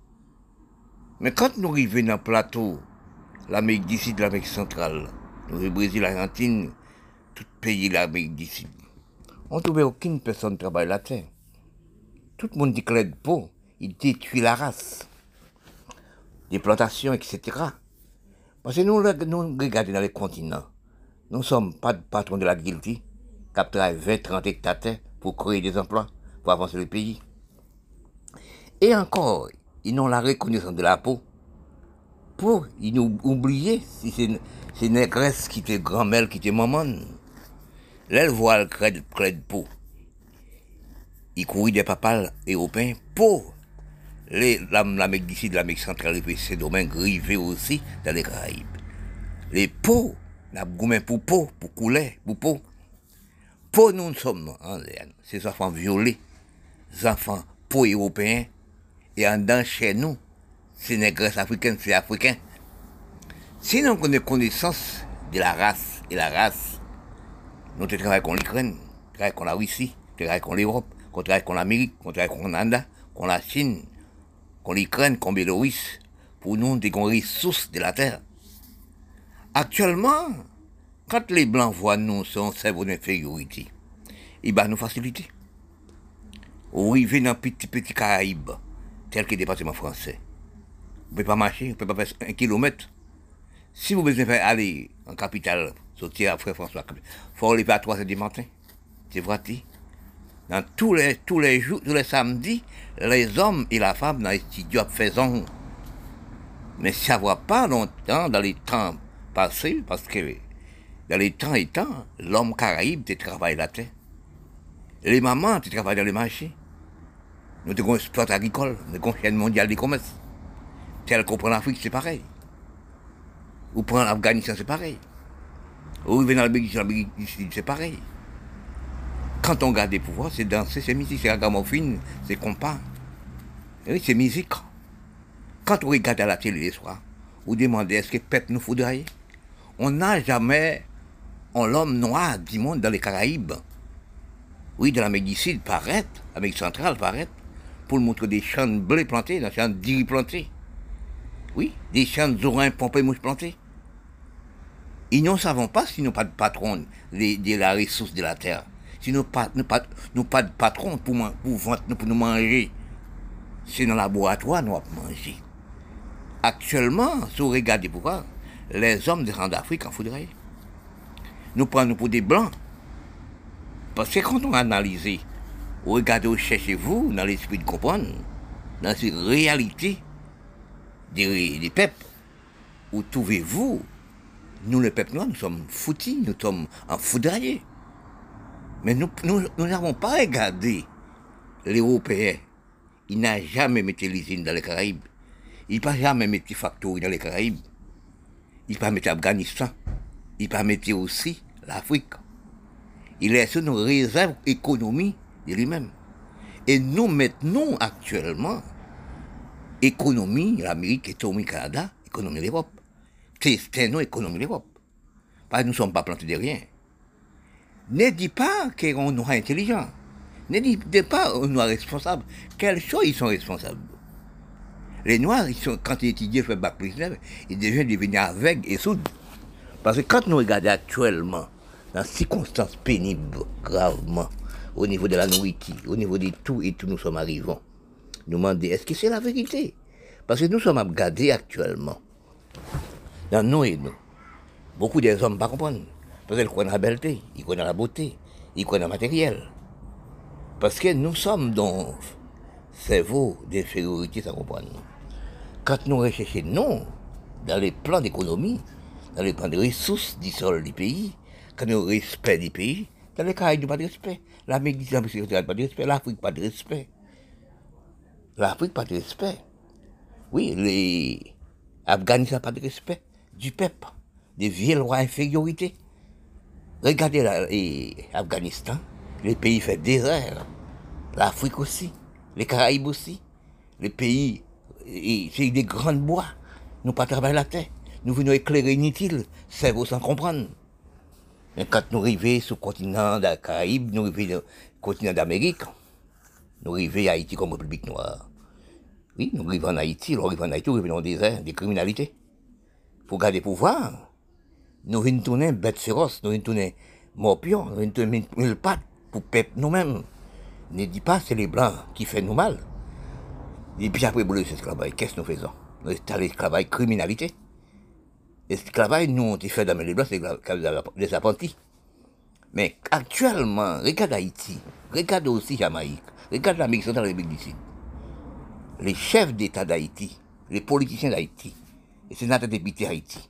Mais quand nous arrivons dans le plateau, l'Amérique du Sud, l'Amérique centrale, le Brésil, l'Argentine, tout pays de l'Amérique du Sud, on ne trouve aucune personne qui travaille la terre. Tout le monde dit clair de peau, il détruit la race, des plantations, etc. Parce que nous regardons dans les continents, nous ne sommes pas patrons de la guilty, qui travaillent 20-30 hectares pour créer des emplois, pour avancer le pays. Et encore, ils ont la reconnaissance de la peau, pour ils nous oublier si c'est négresse qui était grand-mère, qui était maman. Là, elle voit le crête de peau. Ils courent des papas européens pour l'Amérique du Sud, l'Amérique centrale, et ces domaines rivés aussi dans les Caraïbes. Les peaux, la gourmet pour peau, pour couler, pour peau. Peau, nous sommes, ces enfants violés, ces enfants peau européens, et en dedans chez nous, c'est négresses africaines, c'est africain. Si nous avons connaissance de la race et la race, nous travaillons contre l'Ukraine, nous travaillons contre la Russie, nous travaillons contre l'Europe, nous travaillons contre l'Amérique, nous travaillons contre le Canada, contre la Chine, contre l'Ukraine, contre la Biélorusse, pour nous, des ressources de la terre. Actuellement, quand les Blancs voient nous sur un cerveau d'infériorité, ils nous faciliter. Ou ils viennent dans petit Caraïbes, tel que le département français. Vous ne pouvez pas marcher, vous ne pouvez pas faire 1 kilomètre. Si vous besoin faire aller en capitale, sortir à Frère François, il faut aller à 3h du matin. C'est vrai. Dans tous les jours, tous les samedis, les hommes et la femme dans les studios font. Mais ça ne va pas longtemps dans les temps passés, parce que dans les temps et temps, l'homme caraïbe travaille la terre. Les mamans travaillent dans les marchés. Nous avons un sport agricole, nous avons une chaîne mondiale du commerce. Tel qu'on prend l'Afrique, c'est pareil. Ou prend l'Afghanistan, c'est pareil. Ou venez dans l'Amérique du Sud, c'est pareil. Quand on garde des pouvoirs, c'est danser, c'est musique, c'est ragamuffin, c'est compas. Oui, c'est musique. Quand on regarde à la télé les soirs, vous demandez est-ce que le peuple nous faudrait. On n'a jamais l'homme noir du monde dans les Caraïbes. Oui, dans l'Amérique du Sud, paraît, l'Amérique centrale, paraît, pour montrer des champs de blé plantés, des champs de riz plantés. Oui, des champs d'oranges pompés mouches plantés. Et nous ne savons pas si nous n'avons pas de patron de la ressource de la terre. Si nous n'avons pas de patron pour vendre, pour nous manger. C'est dans le laboratoire nous allons manger. Actuellement, si vous regardez pourquoi, les hommes des d'Afrique en faudrait. Nous prenons pour des blancs. Parce que quand on analyse, vous regardez, vous cherchez vous dans l'esprit de comprendre, dans cette réalité des peuples, où trouvez-vous, nous les peuples noirs, nous sommes foutus, nous sommes enfoudroyés. Mais nous n'avons pas regardé l'Européen. Il n'a jamais mis l'usine dans les Caraïbes. Il ne pas jamais mettre factory dans les Caraïbes. Il ne pas mettre l'Afghanistan. Il ne pas mettre aussi l'Afrique. Il laisse une réserve économie de lui-même. Et nous maintenant, actuellement, économie, l'Amérique, économie Canada, économie l'Europe. C'est nous, économie l'Europe. Parce que nous ne sommes pas plantés de rien. Ne dis pas qu'on est intelligent. Ne dis pas qu'on est responsable. Quelles choses ils sont responsables? Les Noirs, quand ils étudient, font bac plus 9, ils deviennent aveugles et sourds. Parce que quand nous regardons actuellement, dans des circonstances pénibles, gravement, au niveau de la nourriture, au niveau de tout et tout, nous sommes arrivés. Nous demandons, est-ce que c'est la vérité? Parce que nous sommes à regarder actuellement, dans nous et nous. Beaucoup des hommes ne comprennent pas. Parce qu'ils croient dans la belleté, ils croient dans la beauté, ils croient dans le matériel. Parce que nous sommes dans le cerveau d'infériorité, ça comprend. Quand nous recherchons, non, dans les plans d'économie, dans les plans de ressources du sol du pays, quand nous respect du pays, dans les Caraïbes, pas de respect. L'Amérique n'a pas de respect, l'Afrique pas de respect. L'Afrique pas de respect. Oui, les Afghanistan pas de respect du peuple, des vieilles lois infériorité. Regardez l'Afghanistan, les pays fait désert, l'Afrique aussi, les Caraïbes aussi, les pays, c'est des grands bois, nous pas travailler la terre, nous venons éclairer inutile, cerveau sans comprendre. Mais quand nous arrivons sur le continent des Caraïbes, nous arrivons sur le continent d'Amérique, nous arrivons à Haïti comme République noire. Oui, nous arrivons en Haïti, nous arrivons dans le désert, des criminalités. Pour garder le pouvoir, nous venons tourner bête féroce, nous venons tourner morpion, nous venons tourner mille pattes pour peuple nous-mêmes. Ne dis pas c'est les blancs qui font nous mal. Et puis après, pour l'esclavage, qu'est-ce que nous faisons? Nous sommes l'esclavage criminalité. L'esclavage, nous, on fait dans les blancs, c'est les apprentis. Mais actuellement, regarde Haïti, regarde aussi Jamaïque, regarde l'Amérique centrale et l'Amérique du Sud. Les chefs d'État d'Haïti, les politiciens d'Haïti, les sénateurs députés d'Haïti.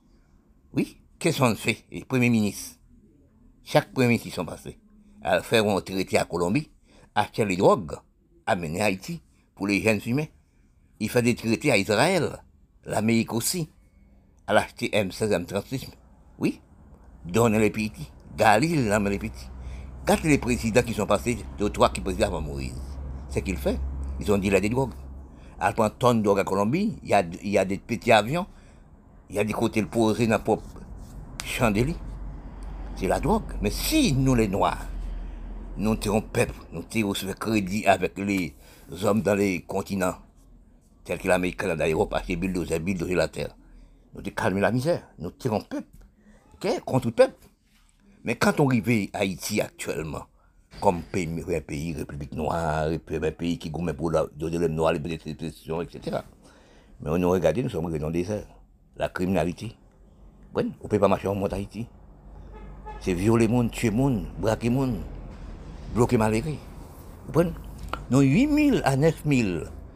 Oui, qu'est-ce qu'on fait? Les premiers ministres, chaque premier ministre, ils sont passés à faire un traité à Colombie, acheter les drogues, amener à Haïti pour les jeunes fumés. Il fait des traités à Israël, l'Amérique aussi, à l'acheter M16, M36. Oui, donner les petits, Galil, l'âme les petits. Quand les présidents qui sont passés, deux, trois qui président avant Moïse, c'est qu'il fait. Ils ont dit là des drogues. À prendre tonne de drogue à Colombie, il y a des petits avions, il y a des côtés le poser dans la propre chandelier. C'est la drogue. Mais si nous les Noirs, nous tirons peuple, nous tirons sur crédit avec les hommes dans les continents, tels que l'Amérique, Canada, l'Europe, acheter bulldozer la terre, nous calmer la misère, nous tirons peuple, okay, contre tout peuple. Mais quand on arrive à Haïti actuellement, comme un pays, République noire, un pays qui gomme pour donner le noir, les petites expressions, etc. Mais on nous regarde, nous sommes dans le désert. La criminalité. Bon, on ne peut pas marcher en mode Haïti. C'est violer le monde, tuer le monde, braquer le monde, bloquer malheureux. Bon, nous 8 000 à 9 000.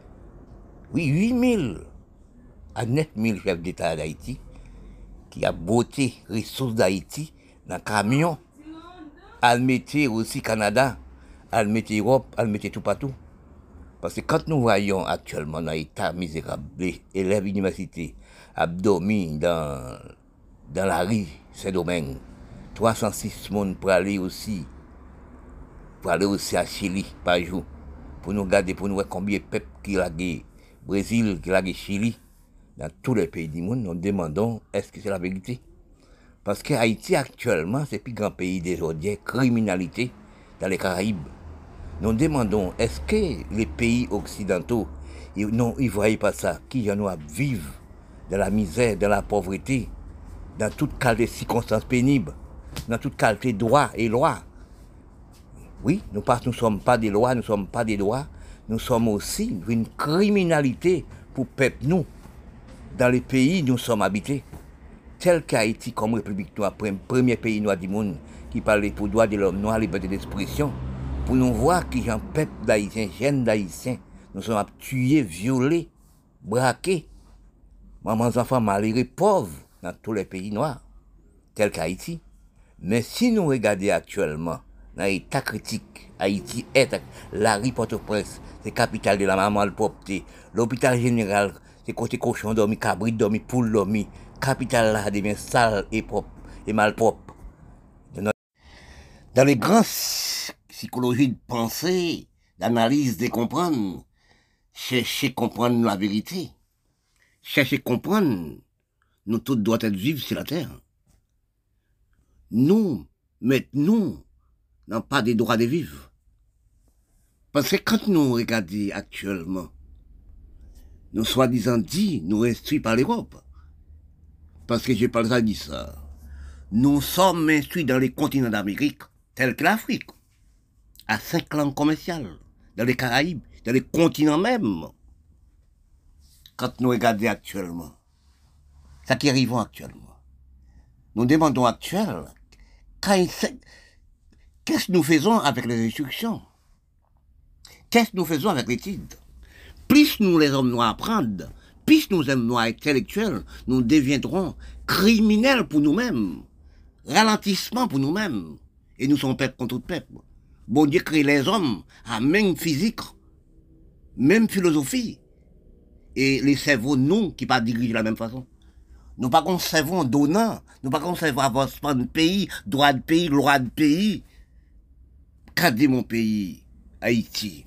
Oui, 8 000 à 9 000 chefs d'État d'Haïti qui a botté les ressources d'Haïti dans le camion. Elle mettait aussi Canada, elle mettait Europe, elle mettait tout partout. Parce que quand nous voyons actuellement dans l'état misérable, les élèves d'université abdominent dans la rue Saint-Domingue, 306 personnes pour aller aussi à Chili par jour, pour nous garder, pour nous voir combien de peuples qui a le Brésil, qui a le Chili, dans tous les pays du monde, nous demandons est-ce que c'est la vérité? Parce que Haïti actuellement, c'est le plus grand pays des ordures, criminalité dans les Caraïbes. Nous demandons, est-ce que les pays occidentaux, ils ne voient pas ça, qui en ont à vivre dans la misère, dans la pauvreté, dans toute qualité de circonstances pénibles, dans toute qualité de droits et lois. Oui, nous ne sommes pas des lois, nous ne sommes pas des droits, nous sommes aussi une criminalité pour peuple nous. Dans les pays où nous sommes habités. Tel qu'Haïti comme République noire, premier pays noir du monde qui parle pour droit de l'homme noir, liberté d'expression, pour nous voir qui j'en peuple d'Haïtiens, jeunes d'Haïtiens, nous sommes tués, violés, braqués, mamans, enfants malheureux, pauvres dans tous les pays noirs, tel qu'Haïti. Mais si nous regardons actuellement dans l'état critique, Haïti est la rue Port-au-Prince, c'est capitale de la maman, le pauvreté, l'hôpital général, c'est côté cochon dormi, cabrit dormi, poule dormi. Capitale là devient sale et propre et malpropre. Dans les grandes psychologies de pensée, d'analyse, de comprendre, chercher comprendre la vérité, chercher comprendre, nous tous doivent être vivre sur la terre. Nous, nous n'avons pas des droits de vivre. Parce que quand nous regardons actuellement, nous soi-disant dit, nous instruits par l'Europe. Parce que je parle ça dit ça. Nous sommes instruits dans les continents d'Amérique, tels que l'Afrique, à 5 langues commerciales, dans les Caraïbes, dans les continents même. Quand nous regardons actuellement, ça qui arrive actuellement, nous demandons actuellement, qu'est-ce que nous faisons avec les instructions? Qu'est-ce que nous faisons avec l'étude? Plus nous les hommes noirs apprendre, plus nous sommes noirs intellectuels, nous deviendrons criminels pour nous-mêmes, ralentissement pour nous-mêmes, et nous sommes peuple contre peuple. Bon Dieu crée les hommes à même physique, même philosophie, et les cerveaux, nous, qui pas dirigent de la même façon. Nous pas qu'on cerveau donnant, nous pas qu'on cerveau avancement de pays, droit de pays, loi de pays. Regardez mon pays, Haïti.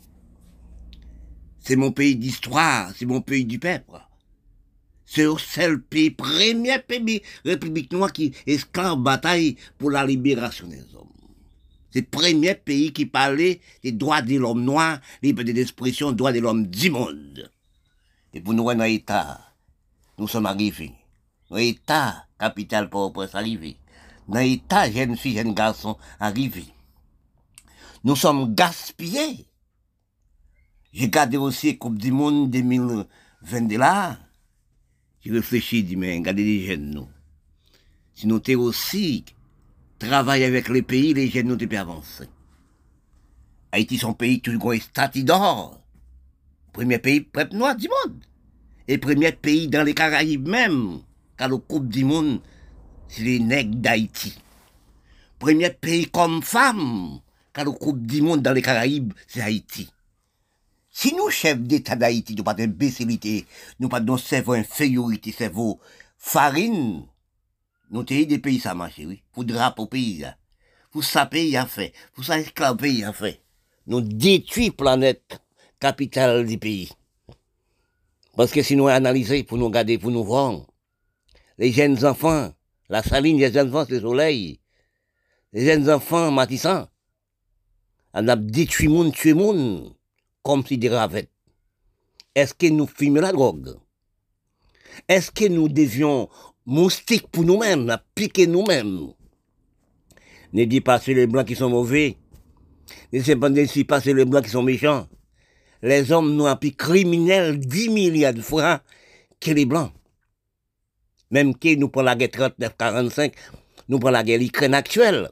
C'est mon pays d'histoire, c'est mon pays du peuple. C'est le seul pays, premier pays république noire qui esclave bataille pour la libération des hommes. C'est le premier pays qui parlait des droits de l'homme noir, liberté d'expression, droits de l'homme du monde. Et pour nous, dans l'État, nous sommes arrivés. Dans l'État, capitale Port-au-Prince arrivé. Dans l'État, jeunes filles, jeunes garçons arrivés. Nous sommes gaspillés. J'ai gardé aussi la Coupe du Monde 2022 là. J'ai réfléchi, dit, mais regardez les jeunes, nous. Si nous t'es aussi travailler avec les pays, les jeunes nous t'es pas avancés. Haïti, son pays, toujours un statut d'or. Premier pays, peuple noir du monde. Et premier pays dans les Caraïbes même. Car la Coupe du Monde, c'est les nègres d'Haïti. Premier pays comme femme. Car la Coupe du Monde dans les Caraïbes, c'est Haïti. Si nous, chefs d'État d'Haïti, nous pas d'imbécilité, nous pas de cerveau infériorité, cerveau farine, nous t'ayons des pays, ça marche, oui. Pour drapeau pays, là. Pour ça pays a fait. Pour ça esclave pays a fait. Nous détruisons planète, capitale du pays. Parce que si nous analysons, pour nous garder, pour nous voir, les jeunes enfants, la saline des jeunes enfants, c'est le soleil. Les jeunes enfants, matissants, on a détruit le monde, tué le monde. Comme si des ravettes. Est-ce que nous fumons la drogue? Est-ce que nous devions moustiques pour nous-mêmes, piquer nous-mêmes? Ne dis pas c'est les blancs qui sont mauvais. Ne dis pas c'est les blancs qui sont méchants. Les hommes nous ont plus criminels 10 milliards de fois que les blancs. Même que nous prenons la guerre 39-45, nous prenons la guerre l'Ukraine actuelle.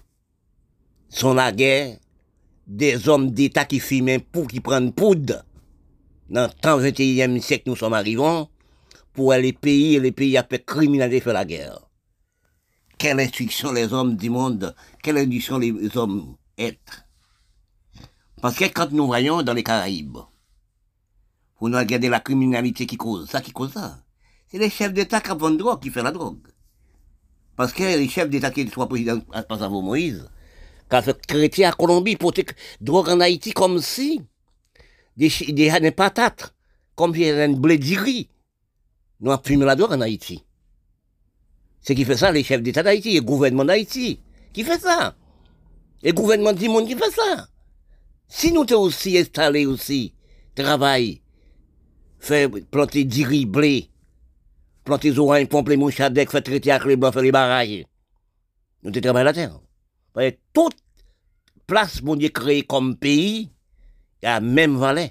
Sont la guerre des hommes d'État qui fument pour qui prennent poudre. Dans le temps 21e siècle, nous sommes arrivés pour les pays à faire criminaliser faire la guerre. Quelle instruction les hommes du monde, quelle instruction les hommes être. Parce que quand nous voyons dans les Caraïbes, vous nous regardez la criminalité qui cause ça. C'est les chefs d'État qui vendent drogue, qui font la drogue. Parce que les chefs d'État qui sont président, par exemple Moïse, quand fait chrétien à Colombie, pour drogue en Haïti comme si des patates, comme si un blé de riz. Nous avons fumé la drogue en Haïti. C'est qui fait ça, les chefs d'État d'Haïti, le gouvernement d'Haïti, qui fait ça. Et le gouvernement du monde qui fait ça. Si nous sommes aussi installés aussi, travail, faire planter du riz, blé, planter des oranges, pomper les mouchadèques, faire traiter avec les blancs, faire les barrages, nous travaillons la terre. Toute place, mon Dieu, créée comme pays, à même valet.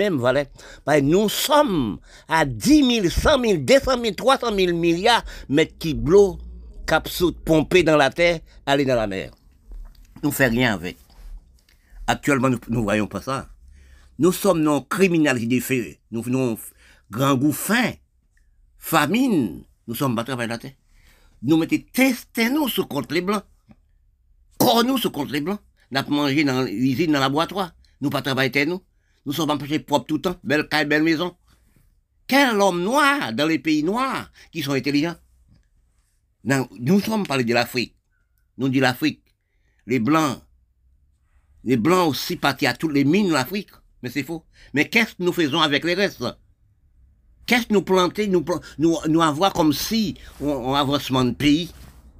Nous sommes à 10 000, 100 000, 200 000, 300 000 milliards mètres cubes d'eau, capsule pompée dans la terre, aller dans la mer. Nous ne faisons rien avec. Actuellement, nous ne voyons pas ça. Nous sommes non criminels des faits. Nous venons grand goût faim, famine. Nous sommes pas travailler la terre. Nous mettons tester nous sur contre les blancs. Nous sur contre les blancs. Nous avons mangé dans l'usine, dans le laboratoire. Nous pas travailler nous. Nous sommes empêchés propres tout le temps. Belle caille, belle maison. Quel homme noir dans les pays noirs qui sont intelligents? Non, nous sommes parlé de l'Afrique. Nous dit l'Afrique. Les Blancs aussi partis à toutes les mines de l'Afrique. Mais c'est faux. Mais qu'est-ce que nous faisons avec les restes? Qu'est-ce que nous planter, nous avoir comme si on avancement de pays?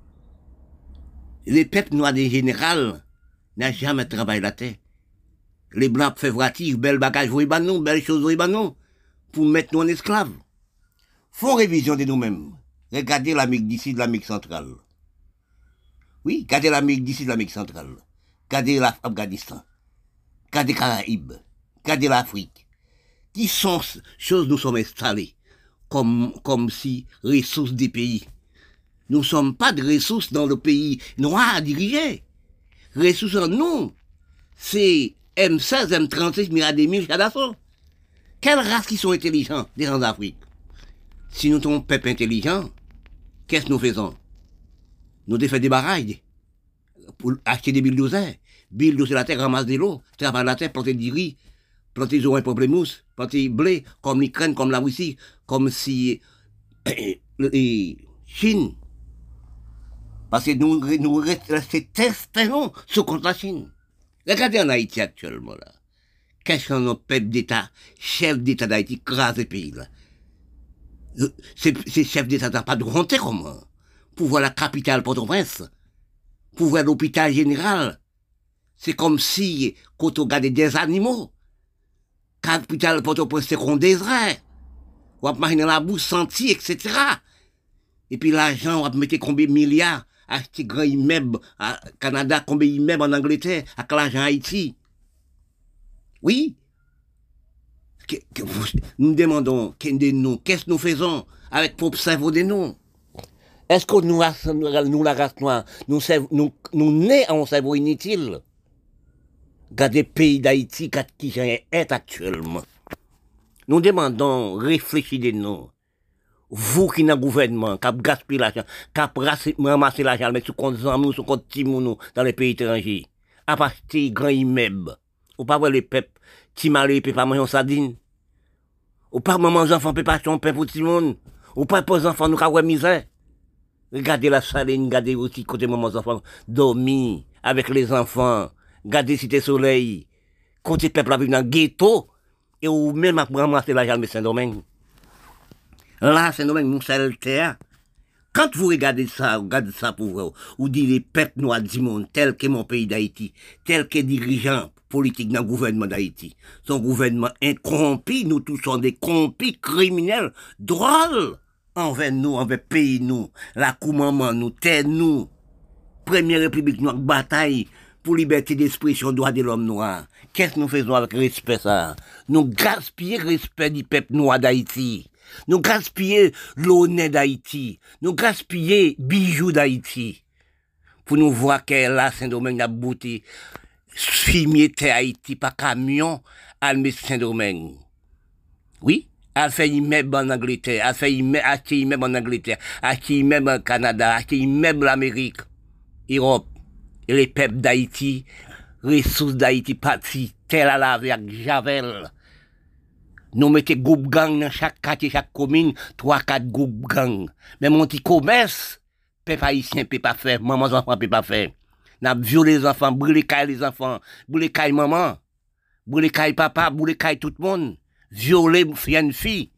Les peuples noirs des générales n'ont jamais travaillé la terre. Les Blancs font vrative, belles bagages, belles choses, pour mettre nous en esclaves. Font révision de nous-mêmes. Regardez l'Amérique d'ici, de l'Amérique centrale. Oui, regardez l'Amérique d'ici, de l'Amérique centrale. Regardez l'Afghanistan. Regardez les Caraïbes. Regardez l'Afrique. Qui sont choses nous sommes installés comme si ressources des pays. Nous ne sommes pas de ressources dans le pays noir à diriger. Ressources en nous, c'est M16, M36, Mirademil, Chadasso. Quelles races qui sont intelligentes des gens d'Afrique? Si nous sommes un peuple intelligent, qu'est-ce que nous faisons? Nous défaisons des barrages pour acheter des bulldozers. Bulldozer la terre, ramasse de l'eau, travaille la terre, planter du riz, planter des oreilles pour mousse, planter blé, comme l'Ukraine, comme la Russie, comme si Chine. Parce que nous restons testons sous contre la Chine. Regardez en Haïti actuellement là. Qu'est-ce que notre peuple d'État, chef d'État d'Haïti, crase le pays là? Ces chefs d'État n'ont pas de honte comment? Pour voir la capitale Port-au-Prince, pour voir l'hôpital général. C'est comme si, quand on regardait des animaux, capitale Port-au-Prince, c'est qu'on désert. On va marcher dans la boue, sentir, etc. Et puis l'argent, on va mettre combien de milliards, acheter grand immeuble à Canada, combien d'immeubles en Angleterre, avec l'argent Haïti. Oui. Nous demandons, qu'est-ce que nous faisons avec propre cerveau de nous? Est-ce que nous, la race noire, nous nés en cerveau inutile? Regardez le pays d'Haïti qui est actuellement. Nous demandons, réfléchissez de nous. Vous qui dans le gouvernement, qui avez gaspillé l'argent, qui avez ramassé l'argent, mais sous compte Zamou, sous compte Timounou, dans les pays étrangers, à acheter grand immeuble. Ou pas voir les peuples, Timalé, ne peut pas manger en sardine. Ou pas maman, les enfants, ne peut pas acheter un pain pour tout le monde. Ou pas pour les enfants, nous avons misère. Regardez la saline, regardez aussi côté maman, les enfants, dormir avec les enfants. Regardez Cité Soleil. Côté peuple, vivre dans le ghetto. Et ou même à ramasser l'argent de Saint-Domingue. Là, Saint-Domingue, nous sommes terre. Quand vous regardez ça pour vous, vous dites les peuples noirs du monde, tel que mon pays d'Haïti, tel que dirigeant politique dans le gouvernement d'Haïti, son gouvernement incorrompu, nous tous sommes des corrompus criminels, drôles, envers nous, envers pays nous, la coummaman nous, terre nous, première république noire, bataille pour liberté d'expression, droit de l'homme noir. Qu'est-ce que nous faisons avec respect ça? Nous gaspillons le respect du peuple noir d'Haïti. Nous gaspillons l'honneur d'Haïti. Nous gaspillons bijoux d'Haïti. Pour nous voir que là, Saint-Domingue a bouté, fumier Haïti par camion, à Saint-Domingue. Oui, elle fait immeuble en Angleterre, elle fait acheter immeuble en Angleterre, acheter immeuble en Canada, acheter immeuble en Amérique, Europe. Et les peuples d'Haïti, ressources d'Haïti partis, tel à la avec Javel. Nous mettons groupe gang dans chaque quartier, chaque commune, 3-4 groupes gang. Mais mon petit commerce, peuple haïtien peut pas faire, maman enfants peut pas faire. N'a violé les enfants, brûlé les enfants, brûlé maman, brûlé papa, brûlé tout le monde, violé une fille.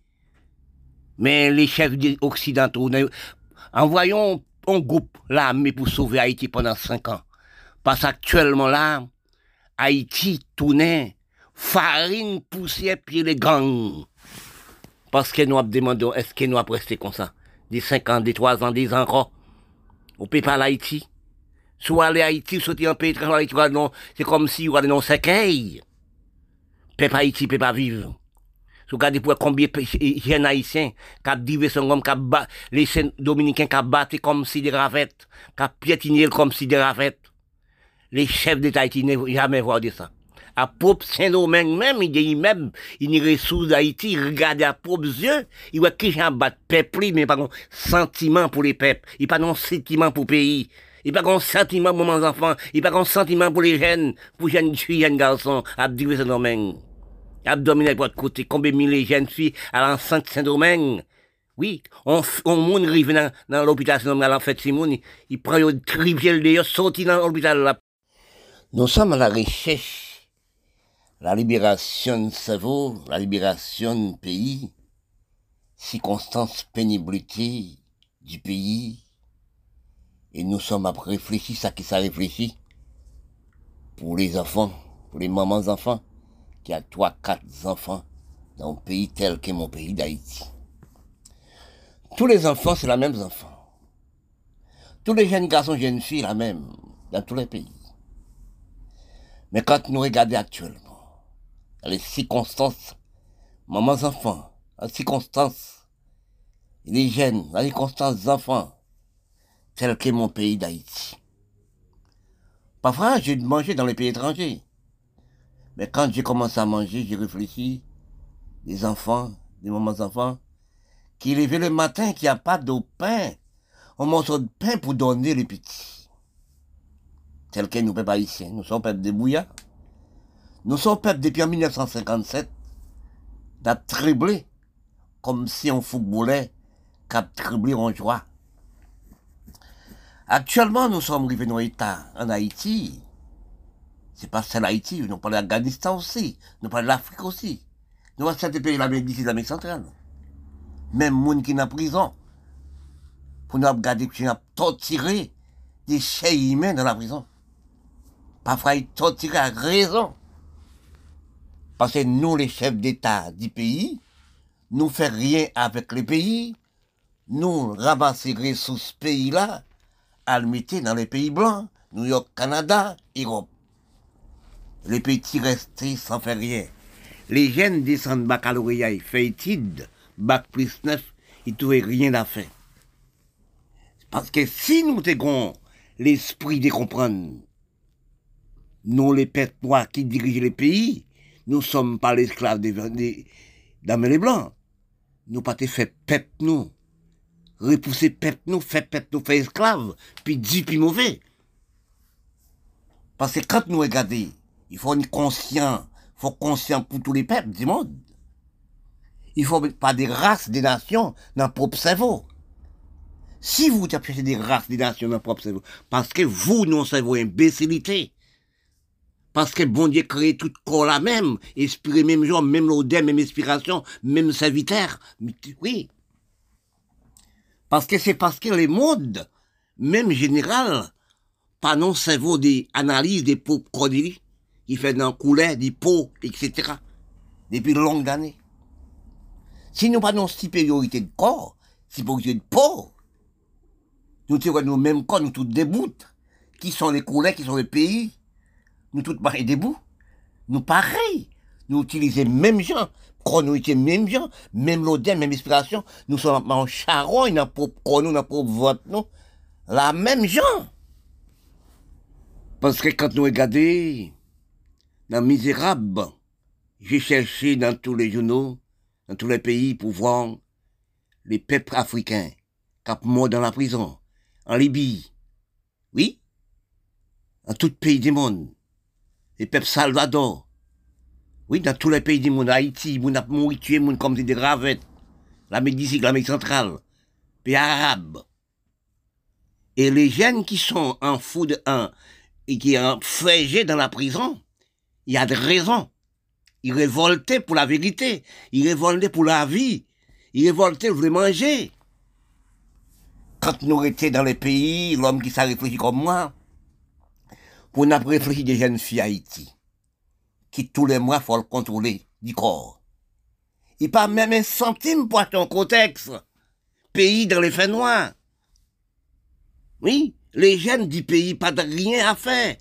Mais les chefs occidentaux, envoyons un groupe l'armée pour sauver Haïti pendant 5 ans. Parce qu'actuellement là, Haïti tournait farine, poussière, puis les gangs. Parce que nous avons demandé, est-ce que nous avons resté comme ça? Des 5 ans, des 3 ans, des ans encore. On ne peut pas l'Haïti. Soit aller à Haïti, sortir en pays étranger, non, c'est comme si on allait dans un cercueil. Peuple Haïti ne peut pas vivre. Si vous regardez pour combien de jeunes haïtiens qui ont divisé son homme, les dominicains qui ont battu comme si des ravettes, qui ont piétiné comme si des ravettes. Les chefs d'État Haïti ne vont jamais voir de ça. À propre Saint-Domingue même, il dit même, il est ressources d'Haïti, il regarde à propres yeux, il voit qui j'en bat peuple, mais pas de sentiment pour les peuples, il pas de sentiment pour le pays, il pas de sentiment pour mes enfants, il pas de sentiment pour les jeunes filles, jeunes garçons, à dire Saint-Domingue. Abdominal pour de côté, combien de milliers de jeunes filles à l'enceinte Saint-Domingue. Oui, on monde arrive dans l'hôpital, sinon dans la fête Simone, il prend le trivial d'ailleurs, sorti dans l'hôpital là. Nous sommes à la recherche, la libération de cerveau, la libération du pays, circonstances, pénibilité du pays, et nous sommes à réfléchir, ça qui ça réfléchit, pour les enfants, pour les mamans enfants, qui a 3, 4 enfants dans un pays tel que mon pays d'Haïti. Tous les enfants, c'est la même enfant. Tous les jeunes garçons, jeunes filles, la même, dans tous les pays. Mais quand nous regardons actuellement, dans les circonstances, mamans enfants, dans les circonstances, les jeunes, dans les circonstances enfants, tel que mon pays d'Haïti. Parfois, j'ai mangé dans les pays étrangers. Mais quand j'ai commencé à manger, j'ai réfléchi, des enfants, des mamans enfants, qui levaient le matin, qui n'y a pas de pain, un morceau de pain pour donner les petits. Tel que nous, peuple haïtien, nous sommes peuple de bouillards. Nous sommes peuple depuis en 1957, d'à tribler, comme si on footballait, qu'à tribler en joie. Actuellement, nous sommes arrivés dans l'État en Haïti. C'est pas seul Haïti, nous parlons de l'Afghanistan aussi, nous parlons de l'Afrique aussi. Nous avons certains pays de l'Amérique d'ici, de l'Amérique centrale. Même monde qui est en prison, pour nous regarder qui a torturé des chers humains dans la prison. Parfois, ils torturent à raison. Parce que nous, les chefs d'État du pays, nous ne faisons rien avec les pays, nous ramassons les ressources pays-là, à le mettre dans les pays blancs, New York, Canada, Europe. Les petits restés sans faire rien. Les jeunes descendent baccalauréat, ils font études, bac plus 9, ils ne trouvent rien à faire. Parce que si nous avons l'esprit de comprendre, nous les pères noirs qui dirigent les pays, nous ne sommes pas l'esclave des les blancs. Nous pas fait peuple nous, repousser peuple nous, faire esclave, puis dit puis mauvais. Parce que quand nous regardons, il faut être conscient, pour tous les peuples du monde. Il faut pas des races, des nations dans le propre cerveau. Si vous cherchez des races, des nations dans le propre cerveau, parce que vous, non cerveau imbécilité, parce que bon Dieu crée tout corps la même, inspiré même genre, même l'odeur, même inspiration, même serviteur. Oui. Parce que c'est parce que les modes, même général, pas non cerveau des analyses des peaux produits, qui fait dans couleur, des peaux, etc. Depuis longues années. Si nous pas non supériorité de corps, supériorité de peau, nous tirons nous mêmes corps, nous tous debout. Qui sont les couleurs, qui sont les pays, nous tous pareils debout. Nous pareils. Nous utilisons même gens, nous utilisons même gens, même l'odeur, même inspiration. Nous sommes en charogne, dans propre chrono, dans propre vote, nous. La même gens. Parce que quand nous regardons, dans Misérable, j'ai cherché dans tous les journaux, dans tous les pays, pour voir les peuples africains qui sont morts dans la prison, en Libye, oui, dans tout pays du monde, les peuples Salvador, oui, dans tous les pays du monde, Haïti, on a mouru, tué, comme des ravettes, l'Amérique d'ici, l'Amérique centrale, pays arabes. Et les jeunes qui sont en fou de un, et qui sont fégés dans la prison, il y a des raisons. Ils révoltaient pour la vérité, ils révoltaient pour la vie, ils révoltaient pour manger. Quand nous étions dans les pays, l'homme qui s'est réfléchi comme moi, pour nous réfléchir des jeunes filles à Haïti, qui tous les mois, il faut le contrôler du corps. Il n'y a pas même un centime pour acheter un contexte. Pays dans les faits noirs. Oui, les jeunes du pays, pas de rien à faire.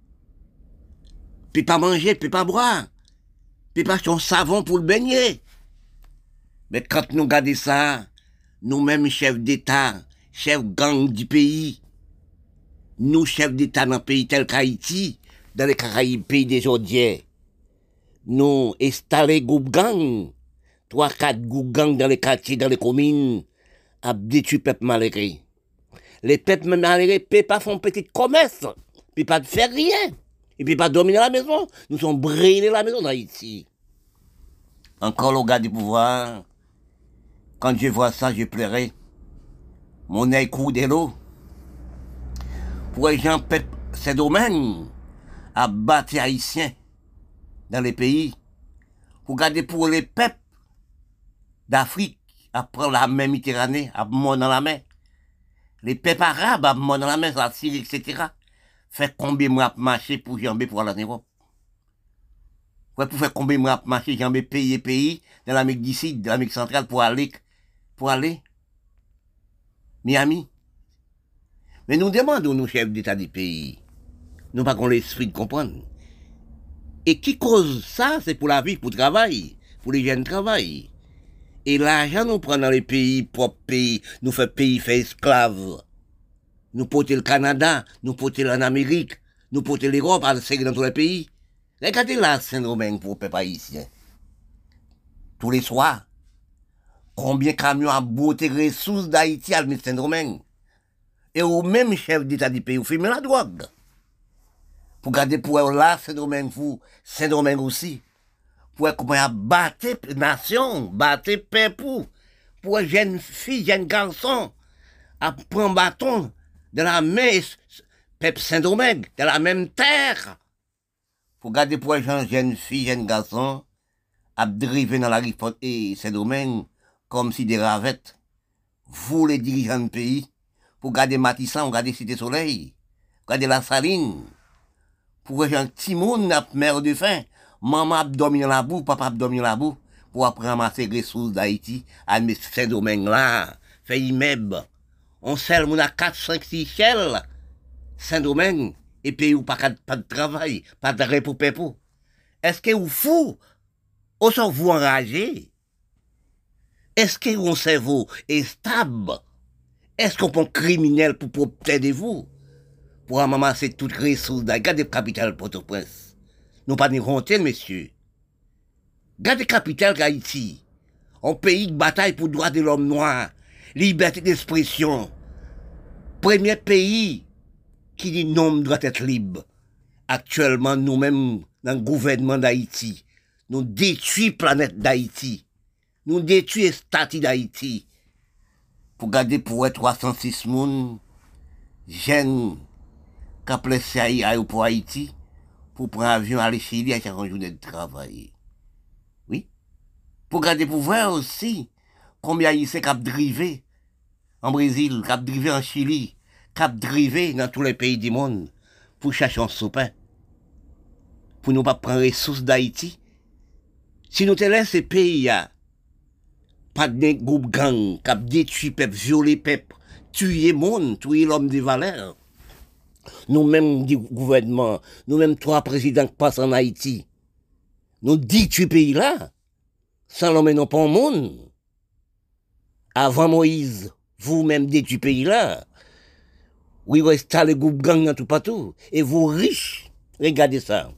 Puis pas manger, puis pas boire. Puis pas acheter un savon pour le baigner. Mais quand nous regardons ça, nous-mêmes chefs d'État, chefs gang du pays, nous chefs d'État dans un pays tel qu'Haïti, dans les Caraïbes, pays des Jordiens, nous installer groupe gang, 3, 4 groupes gang dans les quartiers, dans les communes, à détruire peuple malheureux. Les peuples malheureux ne peuvent pas faire un petit commerce, puis pas faire rien, et puis pas dominer la maison. Nous sommes brûlés la maison d'Haïti. Encore le gars du pouvoir. Quand je vois ça, je pleurais. Mon œil coule de l'eau. Pour les gens, ces domaines, à battre les Haïtiens dans les pays. Pour garder pour les peuples d'Afrique, à prendre la mer Méditerranée, à mort dans la mer. Les peuples arabes, à mort dans la mer, la Syrie, etc. Fait combien de mois marcher pour jamber pour aller en Europe? Ouais, pour faire combien de mois marcher, jamber pays dans l'Amérique du Sud, dans l'Amérique centrale pour aller Miami. Mais nous demandons nos chefs d'État du pays. Nous pas qu'on l'esprit de comprendre. Et qui cause ça, c'est pour la vie, pour le travail, pour les jeunes travail. Et l'argent nous prend dans les pays, propres pays, nous fait pays, fait esclaves. Nous portons le Canada, nous portons en Amérique, nous portons l'Europe, à le dans tous les pays. Regardez là, Saint-Domingue pour le peuple haïtien. Tous les soirs, combien de camions à beauté ressources d'Haïti à Saint-Domingue. Et au même chef d'État du pays, vous filmez la drogue. Pour garder pour là, Saint-Domingue, vous, Saint-Domingue aussi. Pour comment à battre nation, battre peuple, pour jeunes filles, jeunes garçons, à prendre bâton de la même peuple Saint-Domingue, de la même terre. Pour garder pour les jeunes filles, jeunes garçons, à driver dans la rive et Saint-Domingue, comme si des ravettes. Vous, les dirigeants du pays, pour garder Matissan, pour garder Cité Soleil, pour garder la Saline, pour les gens petits monde, mère de faim, maman abdominant la boue, papa abdominant la boue, pour après ramasser les ressources d'Haïti, à Saint-Domingue là, fait immeuble. On sait, on a 4, 5, 6 chèles, Saint-Domingue, et pays où pas de travail, pas de pour pépou. Est-ce que vous fou? Ou sont vous enragés? Est-ce que mon cerveau est stable? Est-ce qu'on peut criminel pour protéger vous? Pour ramasser toutes les ressources d'Haïti, regardez le capital Port-au-Prince. Nous pas nous honter, messieurs. Regardez le capital d'Haïti. Un pays de bataille pour le droit de l'homme noir, liberté d'expression. Premier pays qui dit non doit être libre. Actuellement, nous-mêmes, dans le gouvernement d'Haïti, nous détruisons la planète d'Haïti. Nous détruisons le statut d'Haïti. Pour garder pour être 306 moun, jeunes, qui ont placé pour Haïti, pour prendre avion aller Chili à chaque journée de travail. Oui. Pour garder pour voir aussi combien Haïtiens qui ont drivé en Brésil, qui ont drivé en Chili, qui ont drivé dans tous les pays du monde pour chercher un soupin. Pour ne pas prendre les ressources d'Haïti. Si nous te laissons ces pays, pas de groupe gang, qui a détruit peuple, violé peuple, tué monde, tué l'homme de valeur. Nous-mêmes du gouvernement, nous-mêmes 3 présidents qui passent en Haïti, nous détruisons pays là, sans l'homme non pas au monde. Avant Moïse, vous-même détruisez pays là. Oui, vous installez le groupe gang dans tout partout. Et vous riches, regardez ça.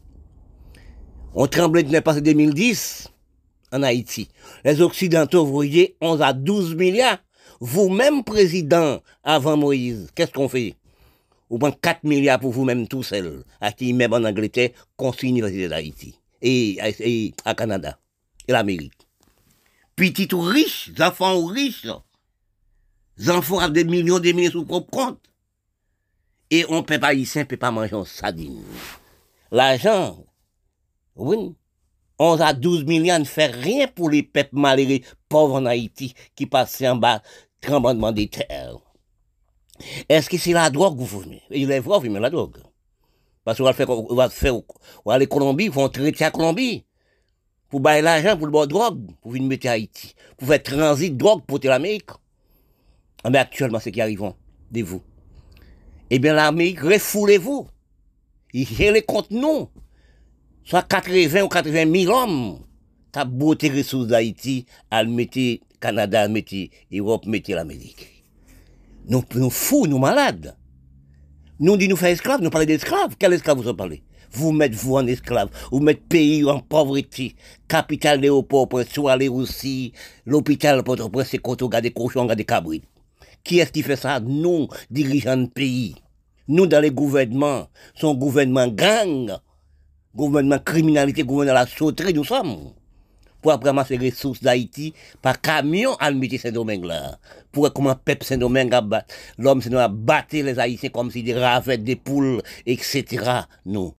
On tremblait de passé 2010 en Haïti. Les Occidentaux, vous voyez, 11 à 12 milliards. Vous-même, président, avant Moïse, qu'est-ce qu'on fait? Vous prenez 4 milliards pour vous-même tout seul, à qui même en Angleterre, construit l'université d'Haïti, et à Canada, et l'Amérique. Petit ou riche, enfants ou riches, enfants avec des millions sous propre compte. Et on ne peut pas haïtien, ne peut pas manger en sardine. L'argent, oui, 11 à 12 milliards ne fait rien pour les peuples malheureux, pauvres en Haïti, qui passent en bas, tremblement des terres. Est-ce que c'est la drogue que vous venez? Il est vrai, vous la drogue. Parce qu'on va faire, on va aller à Colombie, ils vont traiter à Colombie. Pour bailler l'argent pour le boire drogue, pour venir mettre à Haïti. Pour faire transit drogue pour l'Amérique. Mais actuellement, c'est qui arrivent de vous. Eh bien, l'Amérique, refoulez-vous. Ils gèrent contre nous. Soit 80 ou 80 000 hommes qui ont beauté les ressources d'Haïti, à mettre Canada, à mettre Europe, à mettre l'Amérique. Nous fous, nous malades. Nous disons nous faire esclaves, nous parlons d'esclaves. Quel esclave vous en parlez? Vous mettez vous en esclave, vous mettez pays en pauvreté, capitale d'aéroport, soit aller aussi, l'hôpital, Port-au-Prince, c'est quand on regarde des cochons, on regarde des cabrites. Qui est-ce qui fait ça? Nous, dirigeants de pays. Nous, dans les gouvernements, son gouvernement gang, gouvernement criminalité, gouvernement de la sauterie, nous sommes. pour ramasser les ressources d'Haïti par camion à le mettre Saint-Domingue là. Pour comment peuple Saint-Domingue a battu, l'homme a battu les Haïtiens comme si des ravettes, des poules, etc. Non.